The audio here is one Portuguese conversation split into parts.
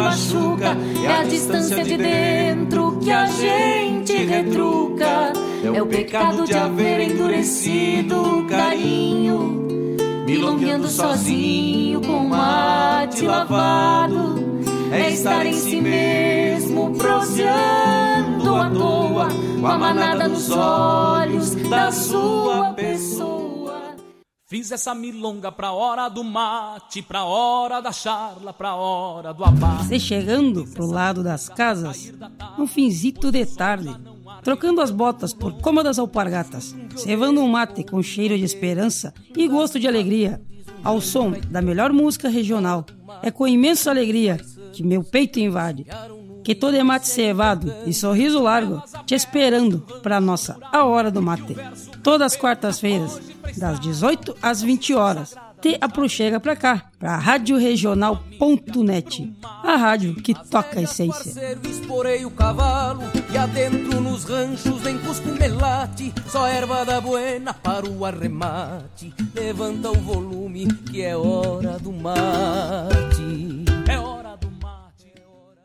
machuca. É a distância de dentro que a gente retruca. É o pecado de haver endurecido o carinho, milongueando sozinho com mate lavado. É estar em si mesmo, proseando à toa, com a manada nos olhos da sua pessoa. Fiz essa milonga pra hora do mate, pra hora da charla, pra hora do abate. Você chegando pro lado das casas, um finzito de tarde, trocando as botas por cômodas alpargatas, cevando um mate com cheiro de esperança e gosto de alegria, ao som da melhor música regional. É com imensa alegria que meu peito invade, que todo é mate cevado e sorriso largo, te esperando pra nossa A Hora do Mate. Todas as quartas-feiras, das 18 às 20 horas, te aproxega pra cá, pra radioregional.net, a rádio que toca a essência. Esporei o cavalo e adentro nos ranchos vem cusco melate, só erva da buena para o arremate. Levanta o volume que é hora do mate. É hora do mate, é hora...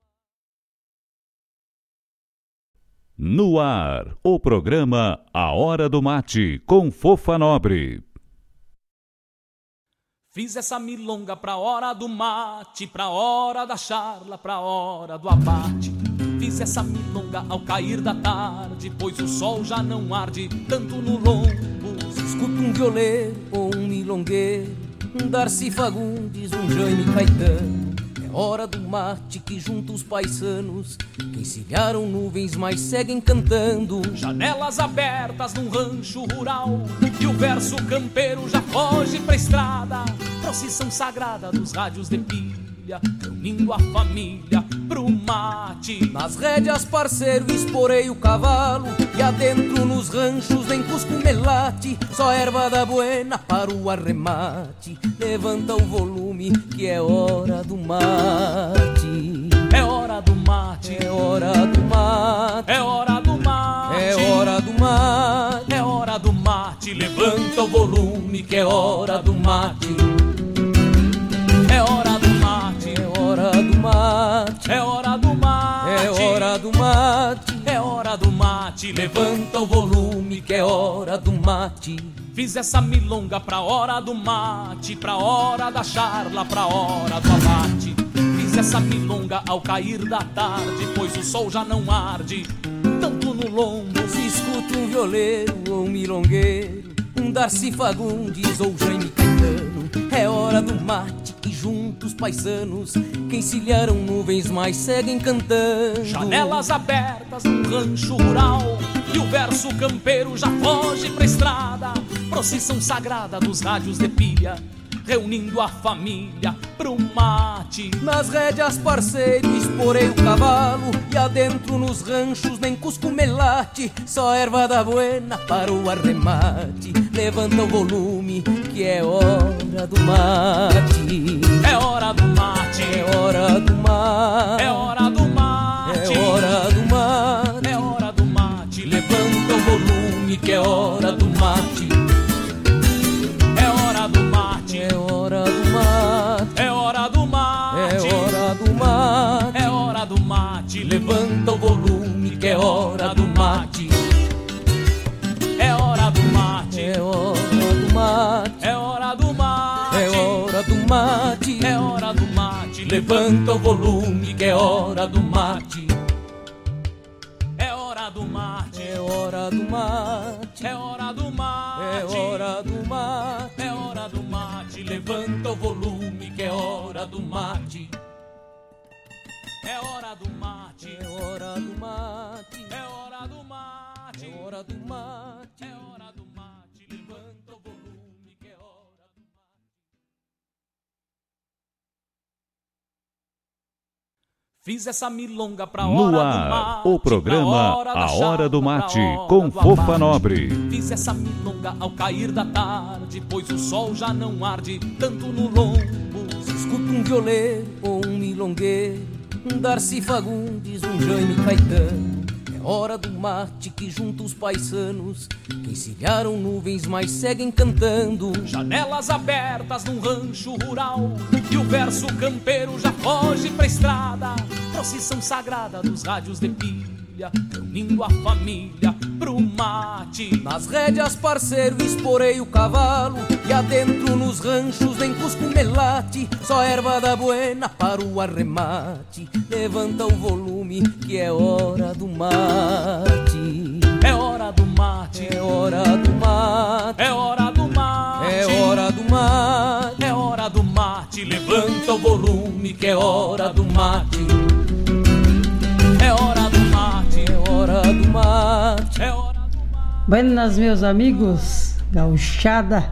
No ar, o programa A Hora do Mate, com Fofa Nobre. Fiz essa milonga pra hora do mate, pra hora da charla, pra hora do abate. Fiz essa milonga ao cair da tarde, pois o sol já não arde tanto no lombo. Se escuta um violeiro ou um milongueiro, um Darcy Fagundes, um Jaime Caetano, é hora do mate que junta os paisanos, que encilharam nuvens mas seguem cantando. Janelas abertas num rancho rural, e o verso campeiro já foge pra estrada. Procissão sagrada dos rádios de pilha, reunindo a família pro mate. Nas rédeas, parceiro, esporei o cavalo, e adentro nos ranchos vem cusco melate, só erva da buena para o arremate. Levanta o volume que é hora do mate. É hora do mate, é hora do mate, é hora do mate, é hora do mate, é hora do mate. Levanta o volume que é hora do mate. É hora do mate, é hora do mate, é hora do mate, é hora do mate, é hora do mate. Levanta o volume que é hora do mate. Fiz essa milonga pra hora do mate, pra hora da charla, pra hora do abate. Fiz essa milonga ao cair da tarde, pois o sol já não arde tanto no lombo. Se escuta um violeiro ou um milongueiro, um Darcy Fagundes ou Jaime Caetano, é hora do mate que junta os paisanos, que encilharam nuvens mas seguem cantando. Janelas abertas num rancho rural, e o verso campeiro já foge pra estrada. Procissão sagrada dos rádios de pilha, reunindo a família pro mate. Nas rédeas, parceiro, esporei o cavalo, e adentro nos ranchos nem cusco melate, só erva da buena para o arremate. Levanta o volume que é hora do mate. É hora do mate, é hora do mate, é hora do mate, é hora do mate, é hora do mate. Levanta o volume que é hora do mate. É hora do mate, é hora do mate, é hora do mate, é hora do mate, é hora do mate. Levanta o volume que é hora do mate. É hora do mate, é hora do mate, é hora do mate, é hora do mate, é hora do mate. Levanta o volume que é hora do mate. É hora do mate, é hora do mate, é hora do mate, é hora do mate, é hora do mate. Levanta o volume que é hora do mate. É hora do mate, é hora do mate, é hora do mate, é hora do mate, é hora do mate. Levanta o volume que é hora do mate. Fiz essa milonga pra hora No do ar, mate, o programa A Hora do Mate, com Fofa Nobre. Fiz essa milonga ao cair da tarde, pois o sol já não arde tanto no lombo. Se escuta um violeiro ou um milongueiro, um Darcy Fagundes, um Jaime Caetano, é hora do mate que junta os paisanos, que encilharam nuvens mas seguem cantando. Janelas abertas num rancho rural, e o verso campeiro já foge pra estrada, procissão sagrada dos rádios de pilha, reunindo a família pro mate. Nas rédeas, parceiro, esporei o cavalo, e adentro nos ranchos nem cusco melate, só erva da buena para o arremate. Levanta o volume que é hora do mate. É hora do mate, é hora do mate, é hora do mate, é hora do mate, é hora do mate. Levanta o volume que é hora do mate. É hora do mate, é hora do mate, é hora do mate. Buenas, meus amigos, gauchada.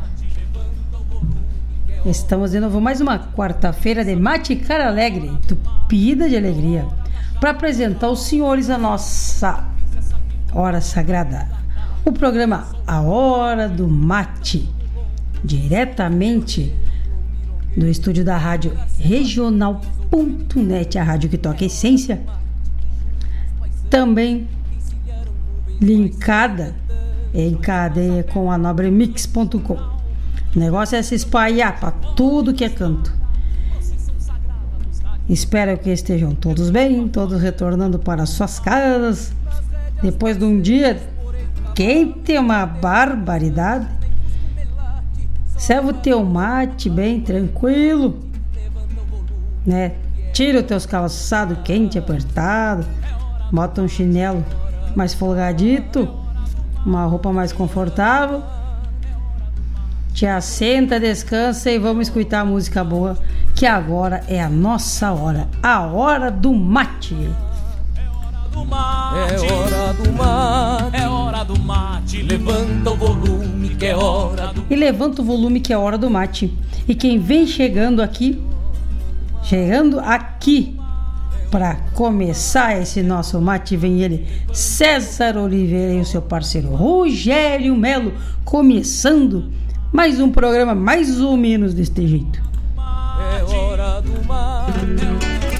Estamos de novo mais uma quarta-feira de mate e cara alegre, entupida de alegria, para apresentar aos senhores a nossa hora sagrada, o programa A Hora do Mate, diretamente do estúdio da rádio regional.net, a rádio que toca a essência, também linkada em cadeia com a nobremix.com. O negócio é se espalhar para tudo que é canto. Espero que estejam todos bem, todos retornando para suas casas depois de um dia quente, uma barbaridade. Serve o teu mate bem tranquilo, né? Tira os teus calçados quente, apertado, bota um chinelo mais folgadito, uma roupa mais confortável, te assenta, descansa e vamos escutar a música boa, que agora é a nossa hora, a hora do mate. É hora do mate, é hora do mate. Levanta o volume que é hora do... E levanta o volume que é hora do mate. E quem vem chegando aqui para começar esse nosso mate, vem ele, César Oliveira, e o seu parceiro Rogério Melo, começando mais um programa mais ou menos deste jeito. É hora do mate.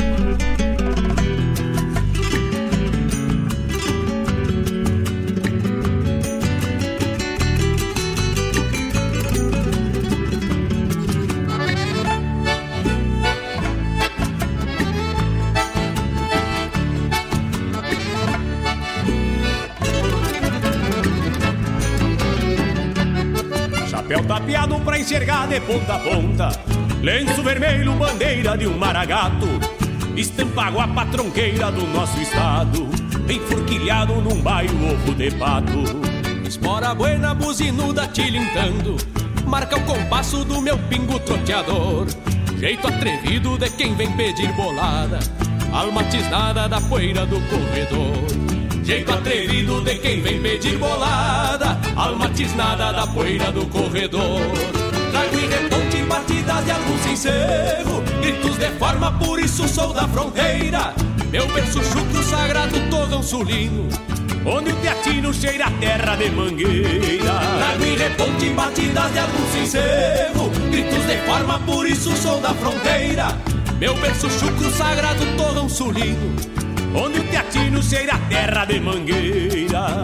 Chapéu tapeado pra enxergar de ponta a ponta, lenço vermelho, bandeira de um maragato, estampa guapa tronqueira do nosso estado, enforquilhado num baio ovo de pato. Espora buena, buzinuda tilintando, marca o compasso do meu pingo troteador, jeito atrevido de quem vem pedir bolada, alma tisnada da poeira do corredor. Jeito atrevido de quem vem pedir bolada, alma tisnada da poeira do corredor. Trago em reponte batidas de algum sincero, gritos de forma, por isso sou da fronteira. Meu berço chucro sagrado, torrão sulino, onde o teatino cheira a terra de mangueira. Trago em reponte batidas de algum sincero, gritos de forma, por isso sou da fronteira. Meu berço chucro sagrado, torrão sulino, onde o teatino cheira a terra de mangueira.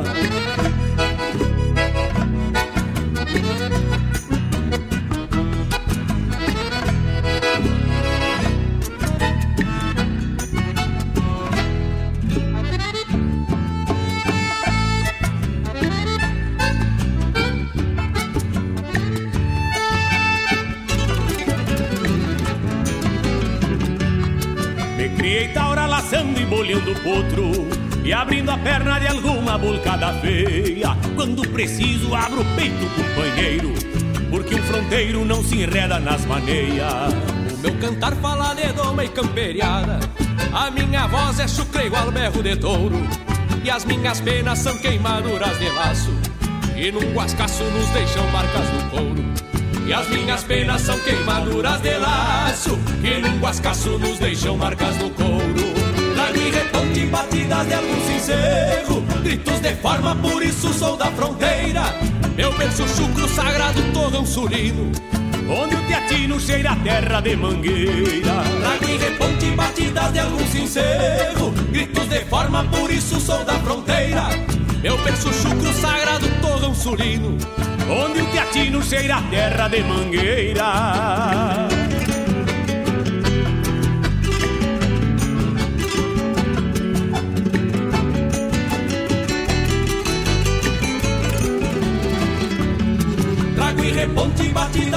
Me criei taura laçando e bolhando o potro, e abrindo a perna de alguma bulcada feia. Quando preciso abro o peito, companheiro, porque um fronteiro não se enreda nas maneias. O meu cantar fala de doma e camperiada, a minha voz é chucra igual berro de touro, e as minhas penas são queimaduras de laço, e num guascaço nos deixam marcas no couro. E as minhas penas são queimaduras de laço, que num guascaço nos deixam marcas no couro. Trago em reponte batidas de algum sincero, gritos de forma, por isso sou da fronteira. Meu berço chucro sagrado, torrão sulino, onde o teatino cheira a terra de mangueira. Trago em reponte batidas de algum sincero, gritos de forma, por isso sou da fronteira. Meu berço chucro sagrado, torrão sulino, onde o teatino cheira a terra de mangueira.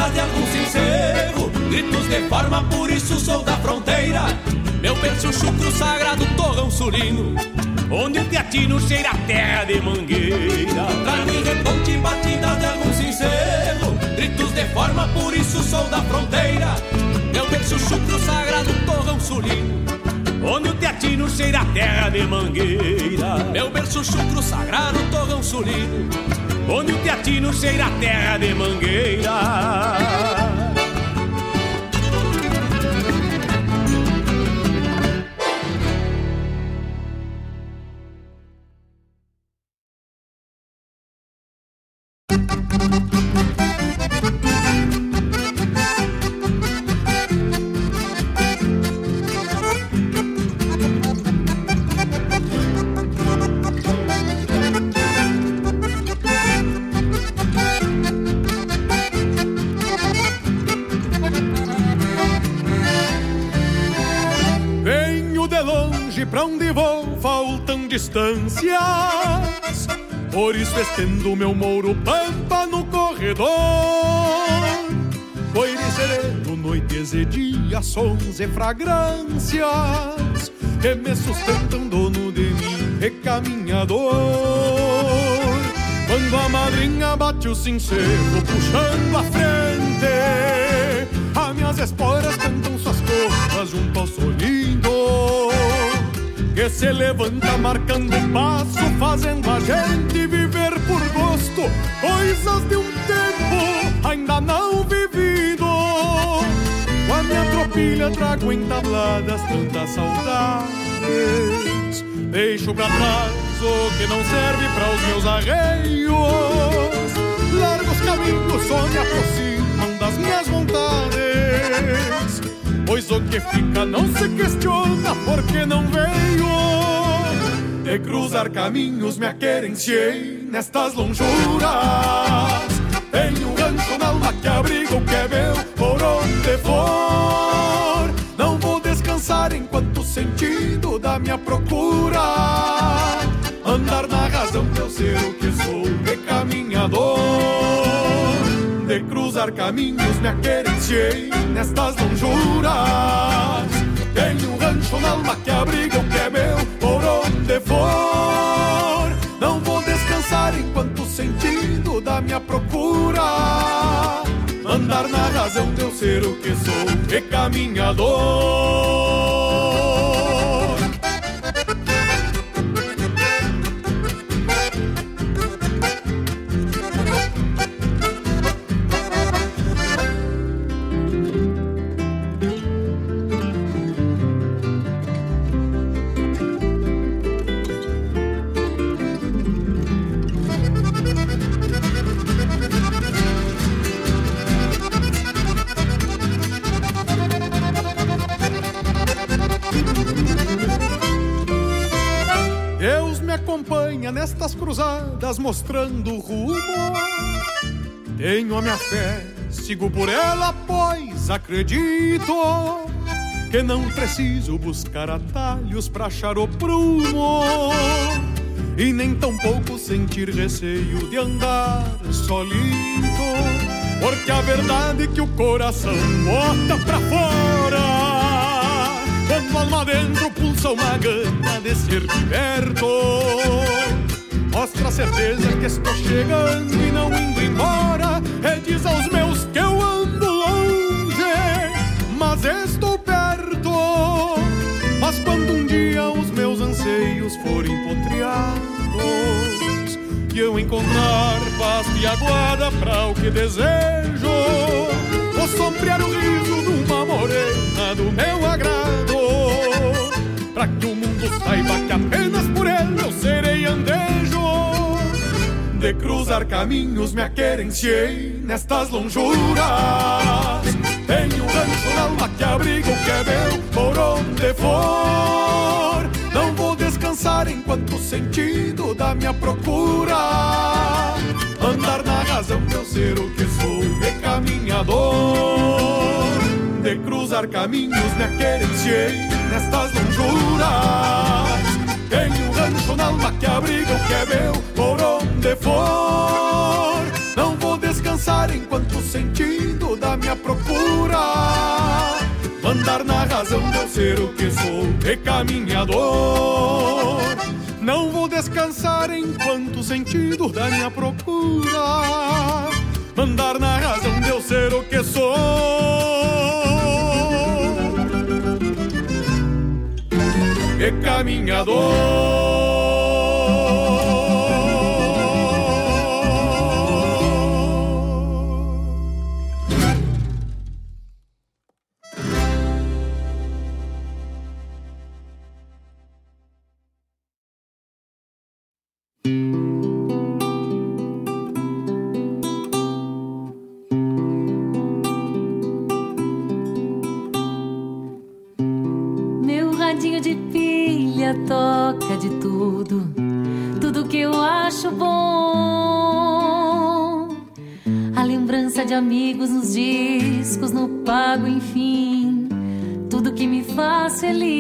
batida de algum sincero, gritos de forma, por isso sou da fronteira. Meu berço chucro sagrado, torrão sulino, onde o teatino cheira a terra de mangueira. Trago em reponte batida de algum sincero, gritos de forma, por isso sou da fronteira. Meu berço chucro sagrado, torrão sulino, onde o teatino cheira a terra de mangueira. Meu berço chucro sagrado, torrão sulino, onde o teatino cheira a terra de mangueira. Pra onde vou faltam distâncias, por isso estendo meu mouro pampa no corredor. Coire sereno, noites e dias, sons e fragrâncias que me sustentam, dono de mim, recaminhador. Quando a madrinha bate o sincero, puxando a frente, as minhas esporas cantam suas coplas junto ao solinho, que se levanta marcando passo, fazendo a gente viver por gosto coisas de um tempo ainda não vivido. Com a minha tropilha trago entabladas tantas saudades, deixo pra trás o que não serve para os meus arreios. Largos caminhos só me aproximam das minhas vontades, pois o que fica não se questiona porque não veio. De cruzar caminhos me aquerenciei nestas lonjuras. Tenho um rancho na alma que abriga o que é meu por onde for. Não vou descansar enquanto o sentido da minha procura andar na razão de eu ser o que sou, recaminhador. De cruzar caminhos me aquerenciei nestas lonjuras. Tenho um rancho na alma que abriga o que é meu por onde for. Não vou descansar enquanto o sentido da minha procura andar na razão de eu ser o que sou, recaminhador. Acompanha nestas cruzadas mostrando o rumo. Tenho a minha fé, sigo por ela, pois acredito que não preciso buscar atalhos pra achar o prumo, e nem tampouco sentir receio de andar solito, porque a verdade é que o coração bota pra fora quando a alma dentro pulsa uma gana de ser liberto. Mostra a certeza que estou chegando e não indo embora. E diz aos meus que eu ando longe, mas estou perto. Mas quando um dia os meus anseios forem potreados e eu encontrar paz e aguarda pra o que desejo, vou sombrear o riso de uma morena do meu agrado, pra que o mundo saiba que apenas por ele eu serei andejo. De cruzar caminhos me aquerenciei nestas lonjuras. Tenho um rancho na alma que abriga o que é meu por onde for. Não vou descansar enquanto o sentido da minha procura andar na razão de eu ser o que sou, recaminhador. De cruzar caminhos me aquerenciei nestas lonjuras. Tenho um rancho na alma que abriga o que é meu por onde for. Não vou descansar enquanto o sentido da procura, andar na razão de eu ser o que sou, e caminhador. Não vou descansar enquanto o sentido da minha procura, andar na razão de eu ser o que sou, e caminhador. Toca de tudo, tudo que eu acho bom. A lembrança de amigos nos discos, no pago, enfim, tudo que me faz feliz.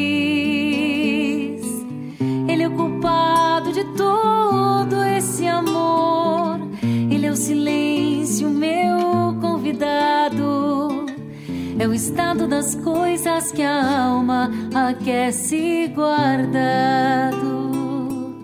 Ele é o culpado de todo esse amor, ele é o silêncio, meu convidado. É o estado das coisas que a alma aquece guardado.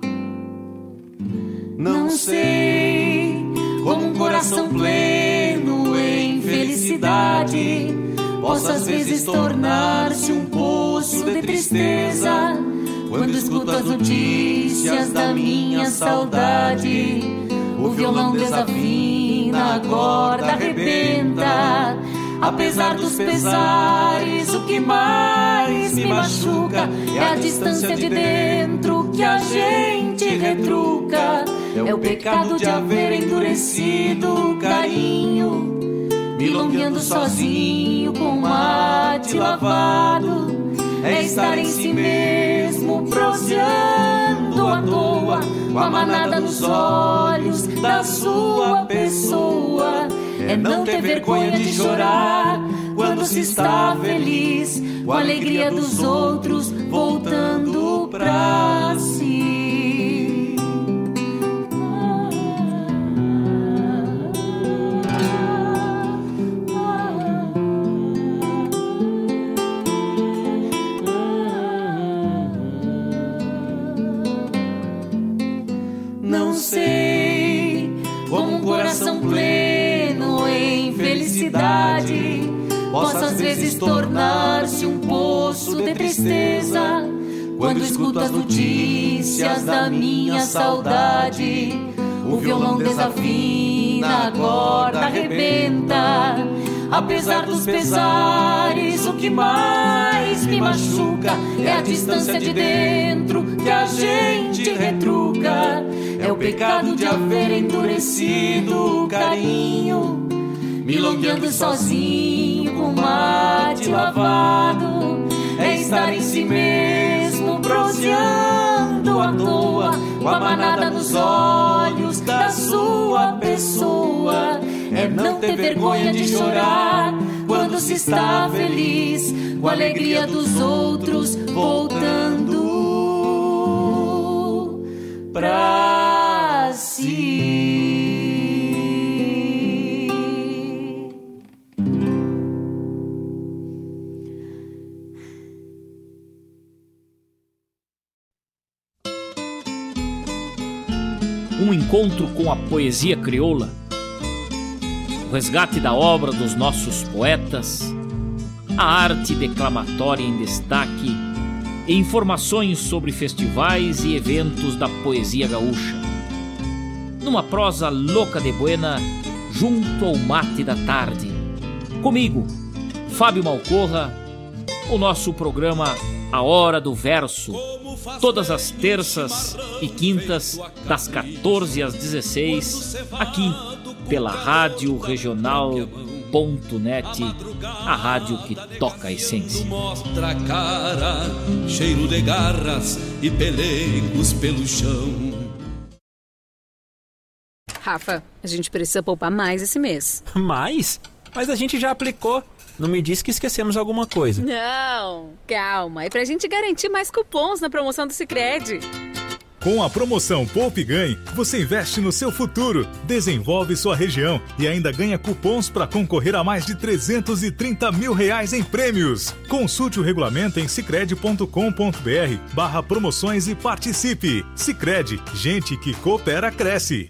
Não sei como um coração pleno em felicidade possa às vezes tornar-se um poço de tristeza quando escuto as notícias da minha saudade. O violão desafina, a corda arrebenta. Apesar dos pesares, o que mais me machuca é a distância de dentro que a gente retruca. É o pecado de haver endurecido o carinho, milongueando sozinho com mate lavado. É estar em si mesmo, proseando à toa, com a manada nos olhos da sua pessoa. É não ter vergonha de chorar quando se está feliz, com a alegria dos outros voltando pra si. Não sei como um coração pleno em felicidade possa às vezes tornar-se um poço de tristeza quando escuto as notícias da minha saudade. O violão desafina, a corda arrebenta. Apesar dos pesares, o que mais me machuca é a distância de dentro que a gente retruca. É o pecado de haver endurecido o carinho, milongueando sozinho com mate lavado. É estar em si mesmo, proseando à toa, com a manada nos olhos da sua pessoa. É não ter vergonha de chorar quando se está feliz, com a alegria dos outros voltando pra si. Um encontro com a poesia crioula, o resgate da obra dos nossos poetas, a arte declamatória em destaque e informações sobre festivais e eventos da poesia gaúcha. Numa prosa louca de buena, junto ao mate da tarde. Comigo, Fábio Malcorra, o nosso programa A Hora do Verso, todas as terças e quintas, das 14 às 16, aqui pela Rádio Regional.net, a rádio que toca a essência. Mostra a cara, cheiro de garras e pelegos pelo chão. Rafa, a gente precisa poupar mais esse mês. Mais? Mas a gente já aplicou. Não me disse que esquecemos alguma coisa. Não, calma. É pra gente garantir mais cupons na promoção do Sicredi. Com a promoção Poupe e Ganhe, você investe no seu futuro, desenvolve sua região e ainda ganha cupons para concorrer a mais de R$330 mil em prêmios. Consulte o regulamento em sicredi.com.br/promoções e participe. Sicredi, gente que coopera cresce.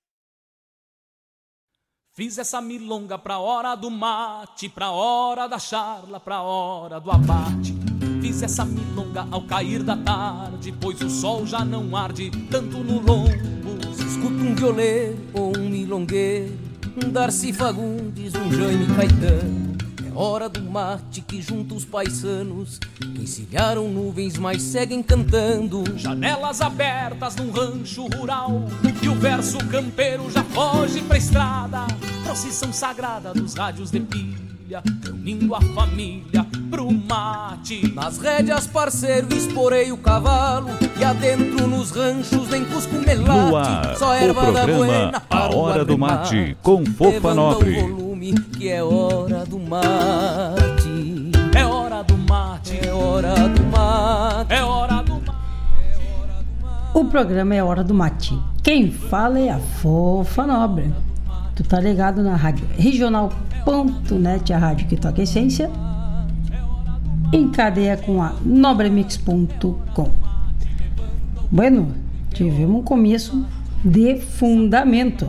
Fiz essa milonga pra hora do mate, pra hora da charla, pra hora do abate. Fiz essa milonga ao cair da tarde, pois o sol já não arde tanto no lombo. Se escuta um violeiro ou um milongueiro, um Darcy Fagundes, um Jaime Caetano, é hora do mate que junta os paisanos, que encilharam nuvens mas seguem cantando. Janelas abertas num rancho rural, e o verso campeiro já foge pra estrada. Procissão sagrada dos rádios de pilha, reunindo a família pro mate. Nas rédeas, parceiro, esporei o cavalo, e adentro nos ranchos nem cusco melate. No ar, só erva o programa da buena A Hora do Mate, com Fofa Nobre. Levanta o volume, que é hora do mate. É hora do mate, é hora do mate, é hora do mate. O programa é Hora do Mate. Quem fala é a Fofa Nobre. Tu tá ligado na rádio regional.net, a rádio que toca a essência, em cadeia com a nobremix.com. Bueno, tivemos um começo de fundamento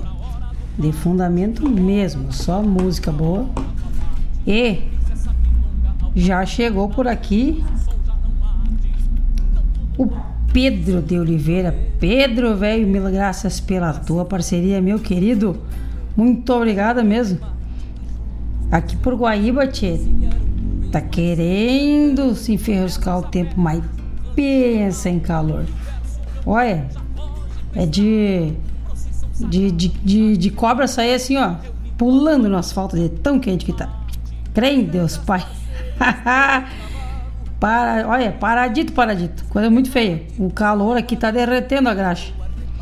mesmo, só música boa. E já chegou por aqui o Pedro de Oliveira. Pedro, velho, mil graças pela tua parceria, meu querido. Muito obrigada mesmo. Aqui por Guaíba, tchê, tá querendo se enferruscar o tempo, mas pensa em calor. Olha, é de cobra sair assim, ó, pulando no asfalto de tão quente que tá. Crê em Deus, pai. Olha, paradito. Coisa muito feia. O calor aqui tá derretendo a graxa.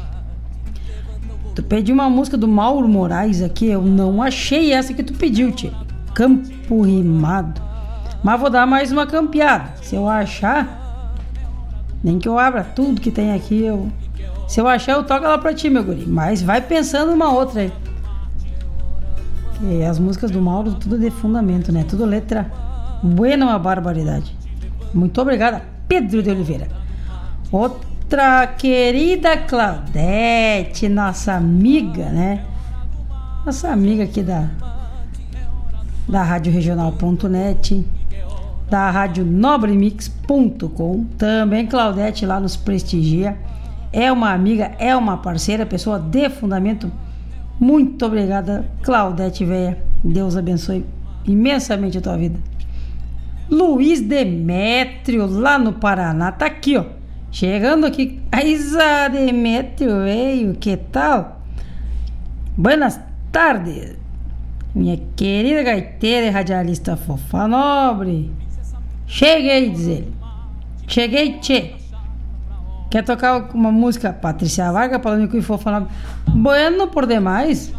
Tu pediu uma música do Mauro Moraes aqui, eu não achei essa que tu pediu, tio. Campo Rimado. Mas vou dar mais uma campeada. Se eu achar, nem que eu abra tudo que tem aqui, se eu achar, eu toco ela pra ti, meu guri. Mas vai pensando numa outra aí. Que as músicas do Mauro, tudo de fundamento, né? Tudo letra buena, uma barbaridade. Muito obrigada, Pedro de Oliveira. Outra querida Claudete, nossa amiga, né? Nossa amiga aqui da Rádio Regional.net, da Rádio Nobremix.com. Também Claudete lá nos prestigia. É uma amiga, é uma parceira, pessoa de fundamento. Muito obrigada, Claudete, véia. Deus abençoe imensamente a tua vida. Luiz Demétrio, lá no Paraná, tá aqui, ó. Chegando aqui. Aisa Demétrio, veio, que tal? Buenas tardes, minha querida gaiteira e radialista Fofa Nobre. Cheguei, diz ele. Cheguei, tchê. Quer tocar uma música? Patrícia Vargas, Palômico e Fofa Nobre. Bueno por demais.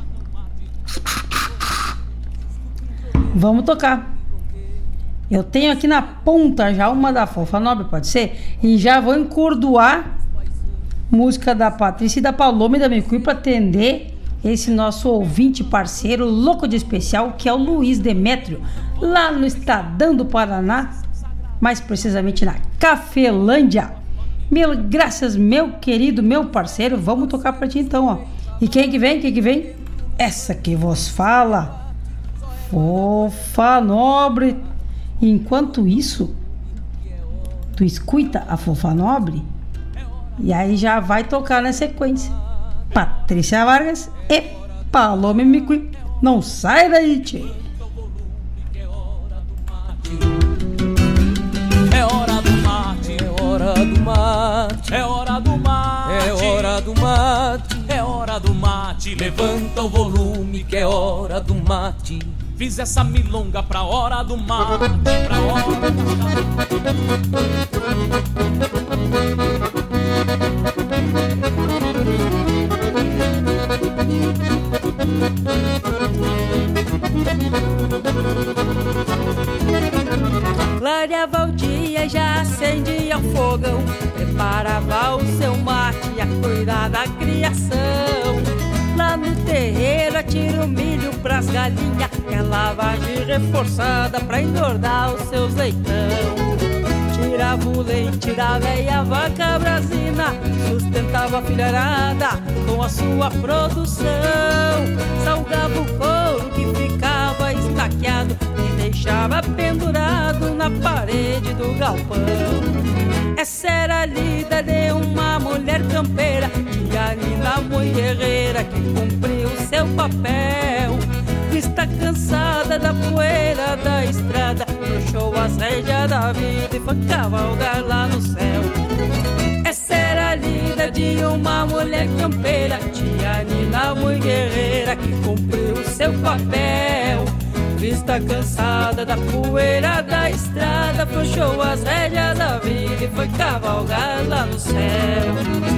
Vamos tocar. Eu tenho aqui na ponta já uma da Fofa Nobre, pode ser? E já vou encordoar música da Patrícia e da Paloma e da Micui para atender esse nosso ouvinte parceiro louco de especial, que é o Luiz Demétrio, lá no Estadão do Paraná, mais precisamente na Cafelândia. Mil graças, meu querido, meu parceiro. Vamos tocar pra ti então, ó. E quem que vem? Essa que vos fala, Fofa Nobre. Enquanto isso, tu escuta a Fofa Nobre e aí já vai tocar na sequência Patrícia Vargas e Paloma Micui. Não sai daí, tchê. É hora do mate, é hora do mate, é hora do mate, é hora do mate, é hora do mate. Levanta o volume que é hora do mate. Fiz essa milonga pra hora do mate, pra hora do Clareava o dia, já acendia o fogão, preparava o seu mate cuidar da criação. Lá no terreiro atira o milho pras galinhas, é lavagem reforçada pra engordar os seus leitão. Tirava o leite da velha vaca brasina, sustentava a filharada com a sua produção. Salgava o couro que ficava estaqueado e deixava pendurado na parede do galpão. Essa era a lida de uma mulher campeira, tia Nina muito guerreira, que cumpriu seu papel. Está cansada da poeira da estrada, puxou as rédeas da vida e foi cavalgar lá no céu. Essa era a lida de uma mulher campeira, tia Nina muito guerreira, que cumpriu seu papel. Vista cansada da poeira da estrada, puxou as rédeas da vida e foi cavalgar lá no céu.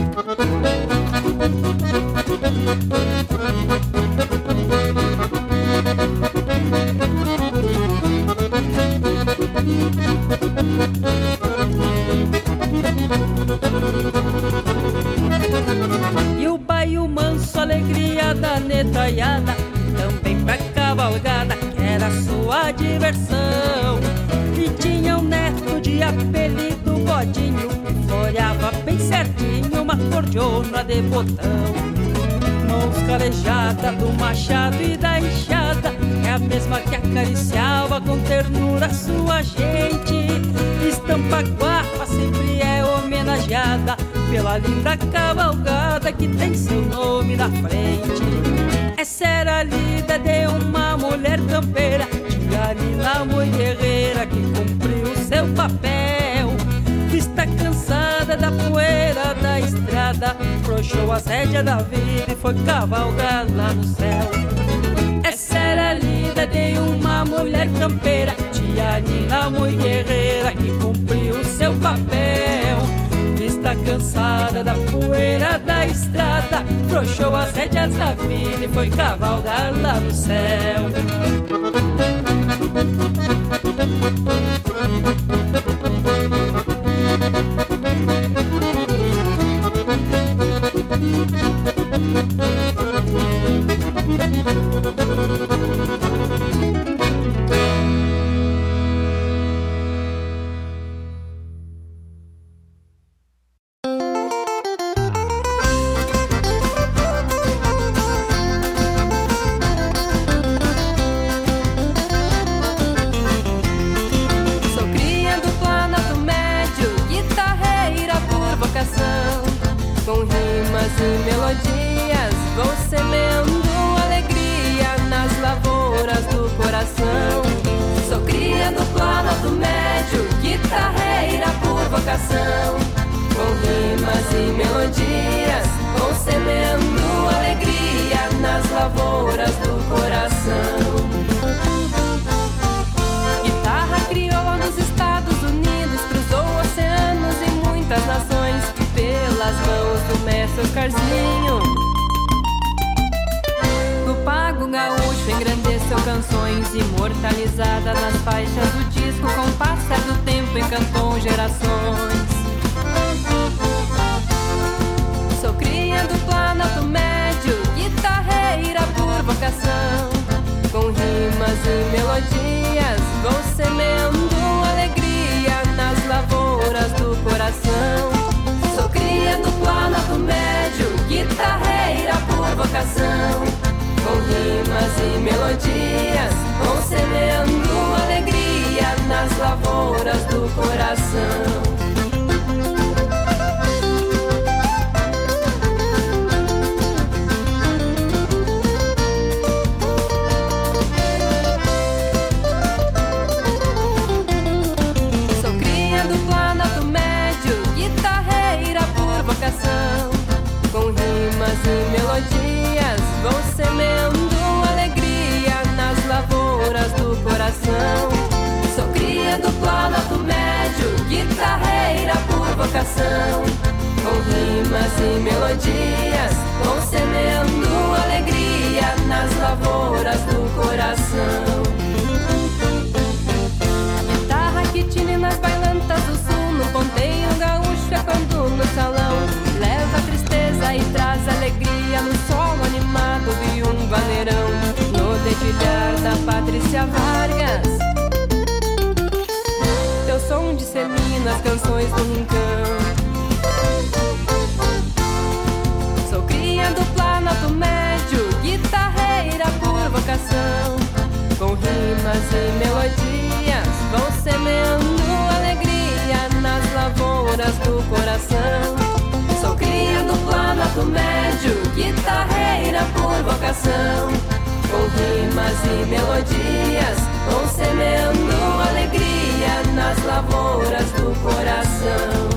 E o baio manso, alegria da netaiada, também pra cavalgada, que era sua diversão. E tinha um neto de apelido Bodinho, que floreava bem certinho uma cordiona de botão. Mãos calejadas do machado e da enxada, é a mesma que acariciava com ternura sua gente. Estampa guapa sempre é homenageada pela linda cavalgada que tem seu nome na frente. Essa era a lida de uma mulher campeira, tia Nina muito guerreira, que cumpriu seu papel. Vista cansada da poeira da estrada, afrouxou as rédeas da vida e foi cavalgar lá no céu. Essa era a lida de uma mulher campeira, tia Nina muito guerreira, que cumpriu seu papel. Vista cansada da poeira da estrada, afrouxou as rédeas da vida e foi cavalgar lá no céu. Imortalizada nas faixas do disco, com o passar do tempo encantou gerações. Sou cria do Planalto Médio, guitarreira por vocação. Com rimas e melodias vou semeando alegria nas lavouras do coração. Sou cria do Planalto Médio, guitarreira por vocação. Com rimas e melodias vão semeando alegria nas lavouras do coração. Sou cria do Planalto Médio, guitarreira por vocação. Com rimas e melodias vão semeando alegria nas lavouras do coração. Sou cria do Planalto Médio, guitarreira por vocação. Com rimas e melodias vão semeando alegria nas lavouras do coração. Guitarra que tine nas bailantas do sul, no ponteio gaúcho é quando no salão leva a tristeza Marcelinas, canções do rincão. Sou cria do Planalto Médio, guitarreira por vocação. Com rimas e melodias vou semeando alegria nas lavouras do coração. Sou cria do Planalto Médio, guitarreira por vocação. Com rimas e melodias vou semeando alegria nas lavouras do coração.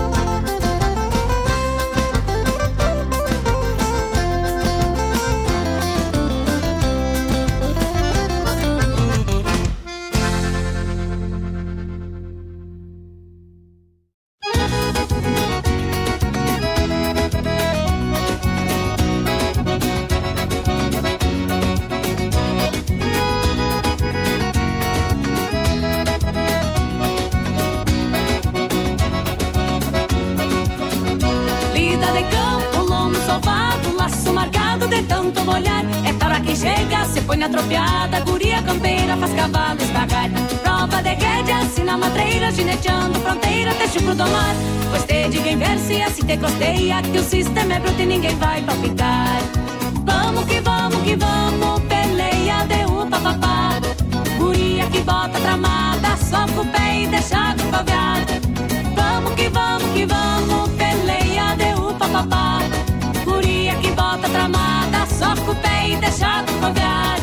Põe na tropiada, guria campeira, faz cavalo estagar. Prova de rédea, assina matreira, gineteando fronteira, até chupro do mar. Gostei de quem verse, assim te costeia, que o sistema é bruto e ninguém vai palpitar. Vamos, peleia de upa papá. Guria que bota tramada, só com o pé e deixa de paviar. Vamos, peleia de upa papá. Guria que bota tramada, só com o pé e deixa de paviar.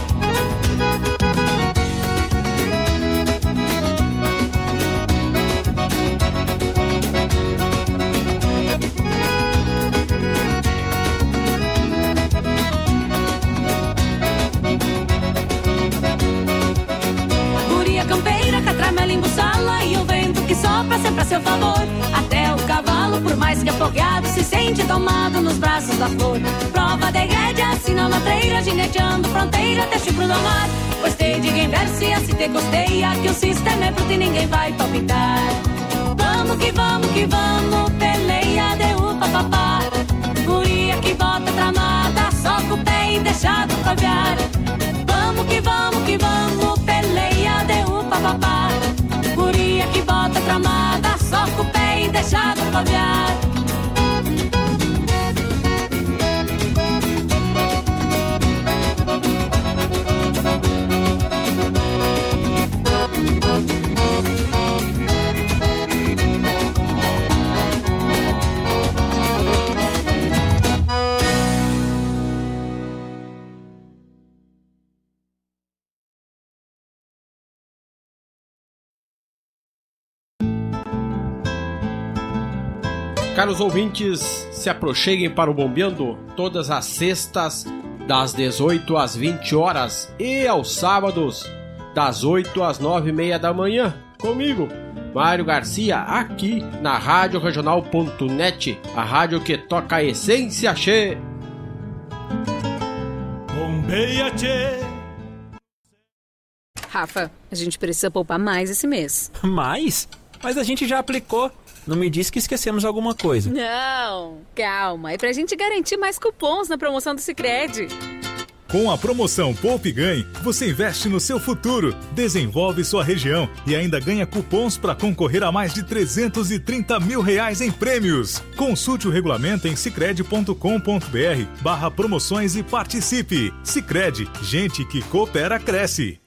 Guria campeira, catramela embuçala e o vento que sopra sempre a seu favor. Até o cavalo, por mais que afogueado, se sente domado nos braços da flor. Prova de rédea, assina matreira, gineteando fronteira, até chupro do mar. Gostei de quem verse, assim te costeia, que o sistema é bruto e ninguém vai palpitar. Vamos, peleia de upa papá. Guria que bota tramada, só com o pé e deixa de paviar. Vamos, peleia de upa papá. Guria que bota tramada, só com o pé e deixa de paviar. Caros ouvintes, se aproxeguem para o Bombeando todas as sextas, das 18 às 20 horas e aos sábados, das 8 às 9h30 da manhã, comigo, Mário Garcia, aqui na Rádio Regional.net, a rádio que toca a essência, che! Bombeia, che! Rafa, a gente precisa poupar mais esse mês. Mais? Mas a gente já aplicou. Não me diz que esquecemos alguma coisa. Não, calma. É pra gente garantir mais cupons na promoção do Sicredi. Com a promoção Poupe e Ganhe, você investe no seu futuro, desenvolve sua região e ainda ganha cupons para concorrer a mais de 330 mil reais em prêmios. Consulte o regulamento em sicredi.com.br/promoções e participe. Sicredi, gente que coopera cresce.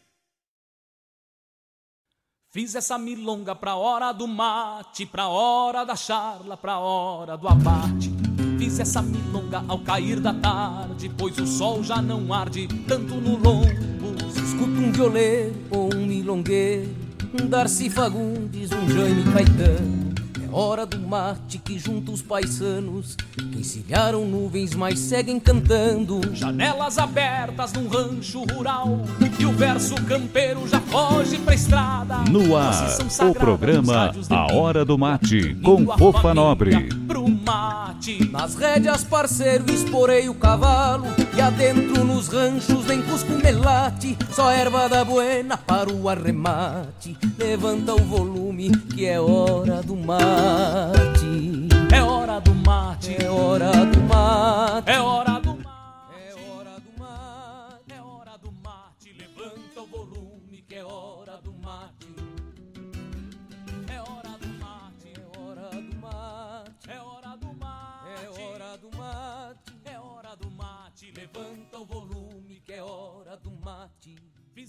Fiz essa milonga pra hora do mate, pra hora da charla, pra hora do abate. Fiz essa milonga ao cair da tarde, pois o sol já não arde tanto no lombo. Se escuta um violeiro ou um milongueiro, um Darcy Fagundes, um Jaime Caetano, é hora do mate que junta os paisanos, que encilharam nuvens mas seguem cantando. Janelas abertas num rancho rural, e o verso campeiro já foge pra estrada. No ar, o programa A Hora do Mate, com Fofa Nobre. Nas rédeas, parceiro, esporei o cavalo, e adentro nos ranchos nem cusco melate, só erva da buena para o arremate. Levanta o volume que é hora do mate. É hora do mate. É hora do mate. É hora do mate. É hora do mate. É hora do mate. Levanta o volume que é hora do mate. É hora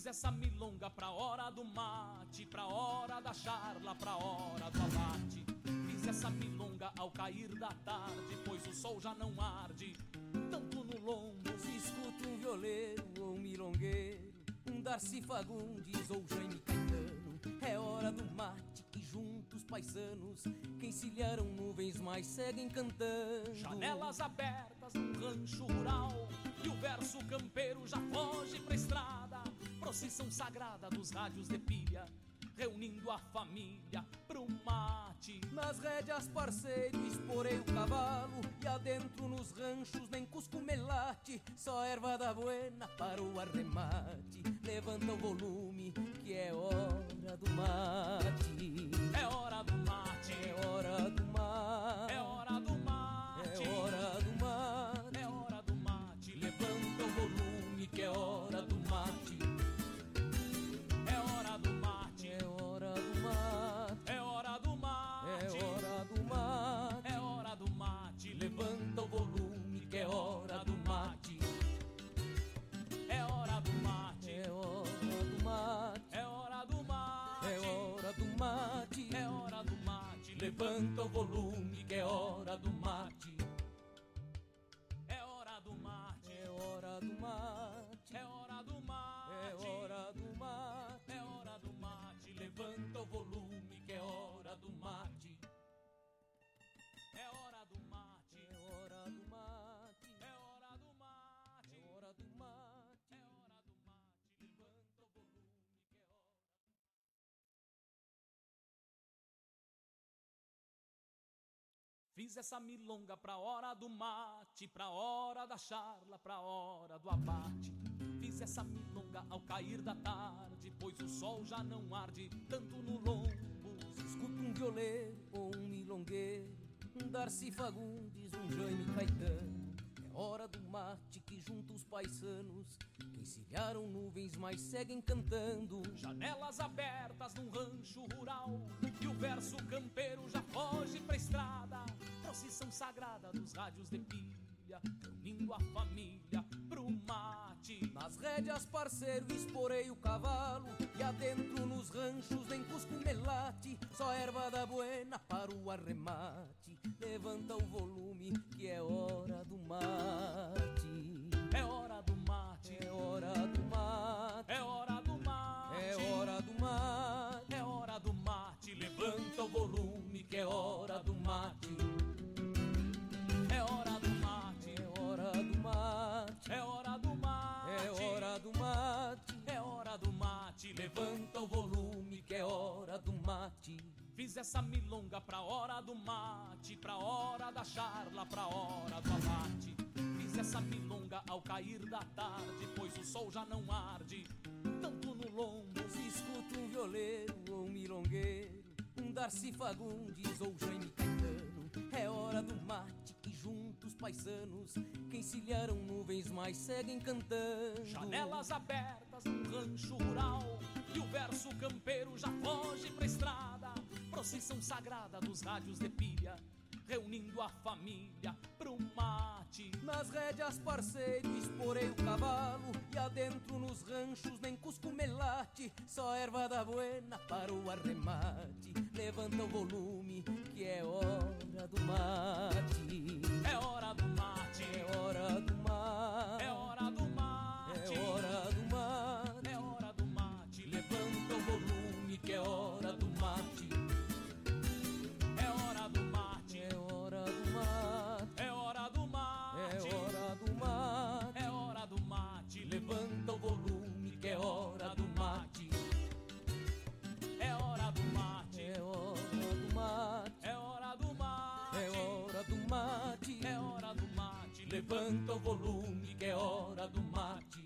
essa milonga pra hora do mate, pra hora da charla, pra hora do abate. Fiz essa milonga ao cair da tarde, pois o sol já não arde tanto no lombo. Se escuta um violeiro ou um milongueiro, um Darcy Fagundes ou Jaime Caetano, é hora do mate que junta os paisanos que encilharam nuvens mas seguem cantando. Janelas abertas num rancho rural e o verso campeiro já foge pra estrada. Procissão sagrada dos rádios de pilha, reunindo a família pro mate. Nas rédeas parceiro esporei o cavalo e adentro nos ranchos nem cusco me late. Só erva da buena para o arremate. Levanta o volume que é hora do mate. É hora do mate, é hora do mate, é hora do mate, é hora do mate, é hora do mate. Levanta o volume que é hora do mate. É hora do mate, é hora do mate, é hora do mate, é hora do mate, é hora do mate. Levanta o volume que é hora do mate. É hora do mate, é hora do mate, é hora do mate, é hora do mate, é hora do mate. Levanta o volume que é hora do mate. É hora do mate, é hora do mate, é hora do mate, é hora do mate, é hora do mate. Levanta o volume que é hora do mate. É hora do mate, é hora do mate, é hora do mate, é hora do mate, é hora do mate. Levanta o volume que é hora. Fiz essa milonga pra hora do mate, pra hora da charla, pra hora do abate. Fiz essa milonga ao cair da tarde, pois o sol já não arde tanto no lombo. Se escuta um violeiro ou um milongueiro, um Darcy Fagundes, um Jaime Caetano, é hora do mate que junta os paisanos que encilharam nuvens mas seguem cantando. Janelas abertas num rancho rural e o verso campeiro já foge pra estrada. Procissão sagrada dos rádios de pilha, reunindo a família pro mate. Nas rédeas parceiro esporei o cavalo e adentro nos ranchos nem cusco me late. Só erva da buena para o arremate. Levanta o volume que é hora do mate. É hora do mate, é hora do mate, é hora do mate, é hora do mate, é hora do mate. Levanta o volume que é hora do mate. É hora do mate, é hora do mate, é hora do mate, é hora do mate, é hora do mate. Levanta o volume que é hora do mate. Fiz essa milonga pra hora do mate, pra hora da charla, pra hora do abate. Fiz essa milonga ao cair da tarde, pois o sol já não arde tanto no lombo. Se escuta um violeiro ou um milongueiro, um Darcy Fagundes ou Jaime Caetano, é hora do mate que junta os paisanos que encilharam nuvens mas seguem cantando. Janelas abertas num rancho rural e o verso campeiro já foge pra estrada. Procissão sagrada dos rádios de pilha, reunindo a família pro mate. Nas rédeas parceiro esporei o cavalo e adentro nos ranchos nem cusco me late. Só erva da buena para o arremate. Levanta o volume que é hora do mate. É hora do mate, é hora do mate, é hora do mate, é hora do mate, é hora do mate. Levanta o volume que é hora do mate. É hora do mate, é hora do mate, é hora do mate, é hora do mate, é hora do mate. Levanta o volume que é hora do mate. É hora do mate, é hora do mate, é hora do mate, é hora do mate, é hora do mate. Levanta o volume que é hora do mate.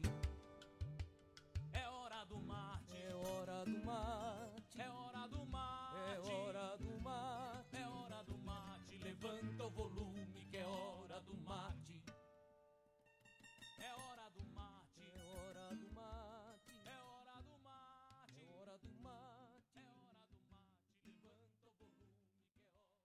É hora do mate, é hora do mate, é hora do mate, é hora do mate, é hora do mate. Levanta o volume que é hora do mate. É hora do mate, é hora do mate, é hora do mate, é hora do mate, é hora do mate. Levanta o volume que é hora.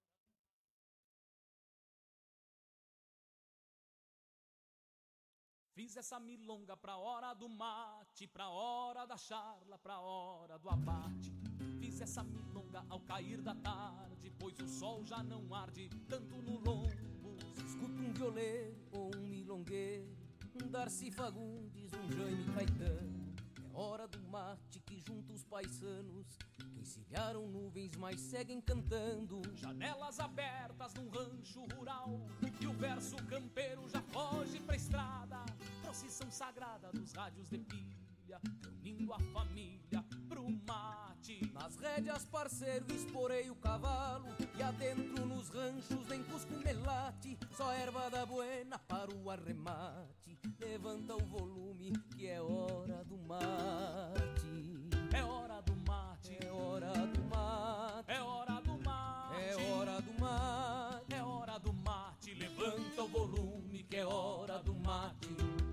Fiz essa milonga pra hora do mate, pra hora da charla, pra hora do abate. Fiz essa milonga ao cair da tarde, pois o sol já não arde tanto no lombo. Se escuta um violeiro ou um milongueiro, um Darcy Fagundes, um Jaime Caetano, é hora do mate que junta os paisanos, que encilharam nuvens mas seguem cantando. Janelas abertas num rancho rural, e o verso campeiro já foge pra estrada. Procissão sagrada dos rádios de pilha, reunindo a família pro mate. Nas rédeas, parceiro, esporei o cavalo, e adentro nos ranchos nem cusco melate, só erva da buena para o arremate. Levanta o volume que é hora do mate. É hora do mate, é hora do mate, é hora do mate, é hora do mate, é hora do mate. Levanta o volume que é hora do mate.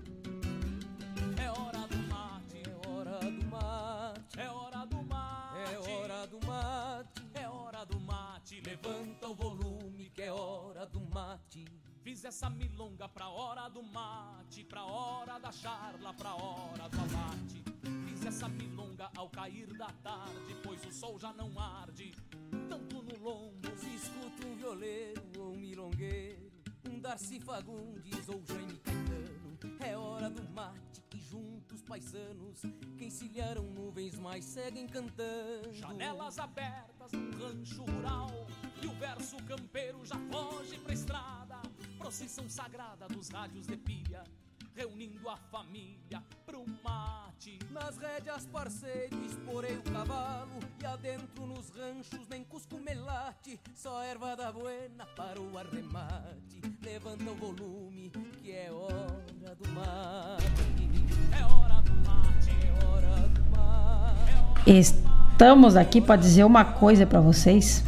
É hora do mate, é hora do mate, é hora do mate, é hora do mate, é hora do mate. Levanta o volume que é hora do mate. Fiz essa milonga pra hora do mate, pra hora da charla, pra hora do abate. Fiz essa milonga ao cair da tarde, pois o sol já não arde tanto no lombo. Se escuta um violeiro ou um milongueiro, um Darcy Fagundes ou Jaime Caetano, é hora do mate que junta os paisanos, que encilharam nuvens mas seguem cantando. Janelas abertas num rancho rural, e o verso campeiro já foge pra estrada. Procissão sagrada dos rádios de pilha, reunindo a família pro mate. Nas rédeas, parceiro, esporei o cavalo, e adentro nos ranchos nem cusco melate, só erva da buena para o arremate. Levanta o volume que é hora do mate. É hora do mate, é hora do mate. Estamos aqui para dizer uma coisa para vocês,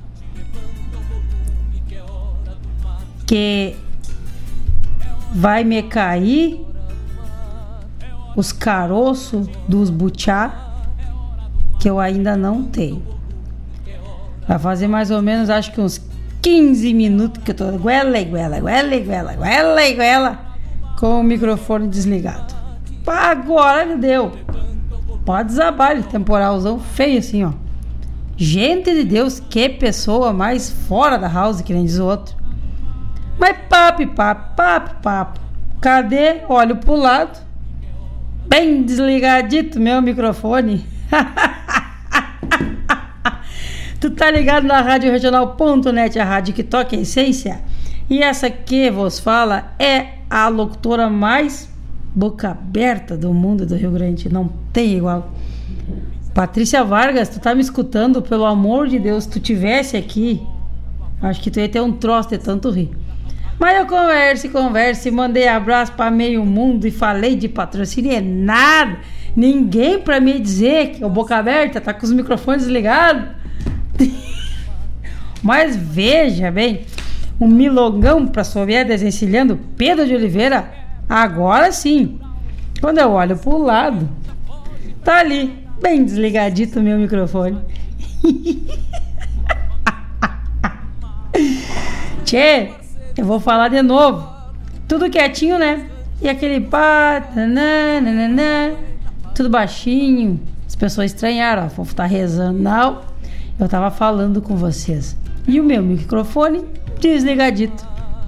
que vai me cair os caroços dos butiá que eu ainda não tenho. Vai fazer mais ou menos, acho que uns 15 minutos que eu tô guela com o microfone desligado. Agora deu. Pode desabar, temporalzão feio assim, ó. Gente de Deus, que pessoa mais fora da house, que nem diz o outro. Mas papo. Cadê? Olho pro lado. Bem desligadito meu microfone. Tu tá ligado na Rádio Regional.net, a rádio que toca a essência. E essa que vos fala é a locutora mais boca aberta do mundo do Rio Grande. Não tem igual. Patrícia Vargas, tu tá me escutando? Pelo amor de Deus, se tu tivesse aqui, acho que tu ia ter um troço de tanto rir. Mas eu converso, mandei abraço pra meio mundo e falei de patrocínio, é nada. Ninguém pra me dizer que o boca aberta tá com os microfones ligados. Mas veja bem, um milongão pra Sovié desencilhando Pedro de Oliveira, agora sim. Quando eu olho pro lado, tá ali, bem desligadito o meu microfone. Tchê, eu vou falar de novo. Tudo quietinho, né? E aquele pá, nananana, tudo baixinho. As pessoas estranharam, ó, o Fofo tá rezando. Não, eu tava falando com vocês. E o meu microfone desligadito.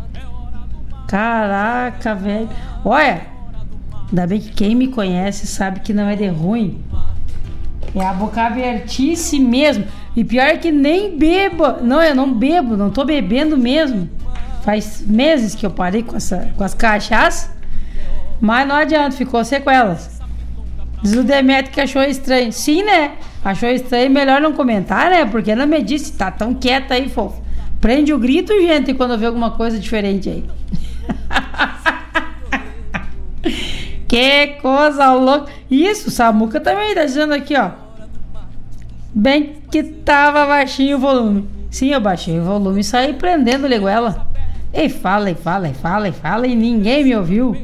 Caraca, velho. Olha, ainda bem que quem me conhece sabe que não é de ruim. É a boca abertice mesmo. E pior é que nem bebo. Não, eu não bebo, não tô bebendo mesmo. Faz meses que eu parei com as cachaças. Mas não adianta, ficou sequelas. Diz o Demetrio que achou estranho. Sim, né? Achou estranho, melhor não comentar, né? Porque não me disse, tá tão quieta aí, fofo. Prende o grito, gente, quando vê alguma coisa diferente aí. Que coisa louca. Isso, o Samuca também tá dizendo aqui, ó. Bem que tava baixinho o volume. Sim, eu baixei o volume e saí prendendo leguela. E fala e ninguém me ouviu.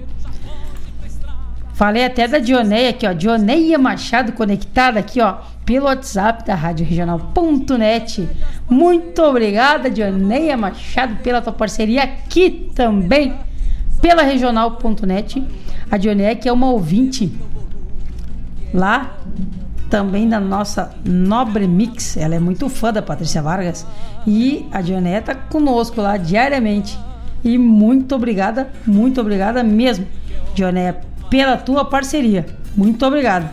Falei até da Dioneia aqui, ó. Dioneia Machado conectada aqui, ó, pelo WhatsApp da Rádio Regional.net. Muito obrigada, Dioneia Machado, pela tua parceria aqui também pela Regional.net. A Dioné, que é uma ouvinte lá também da nossa Nobre Mix. Ela é muito fã da Patrícia Vargas. E a Dioné tá conosco lá diariamente. E muito obrigada mesmo, Dioné, pela tua parceria. Muito obrigada.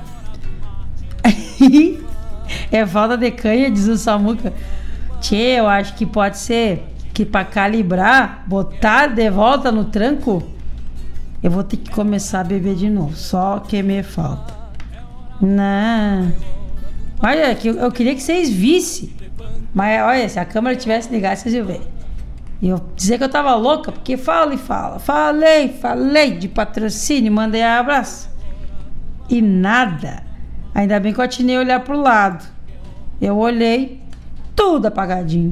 É falta de canha, diz o Samuca. Tchê, eu acho que pode ser que pra calibrar, botar de volta no tranco, eu vou ter que começar a beber de novo. Só que me falta. Não. Olha, eu queria que vocês vissem. Mas olha, se a câmera tivesse ligada, vocês iam ver. E eu dizer que eu tava louca, porque fala e fala. Falei de patrocínio, mandei abraço. E nada. Ainda bem que eu atinei a olhar pro lado. Eu olhei, tudo apagadinho.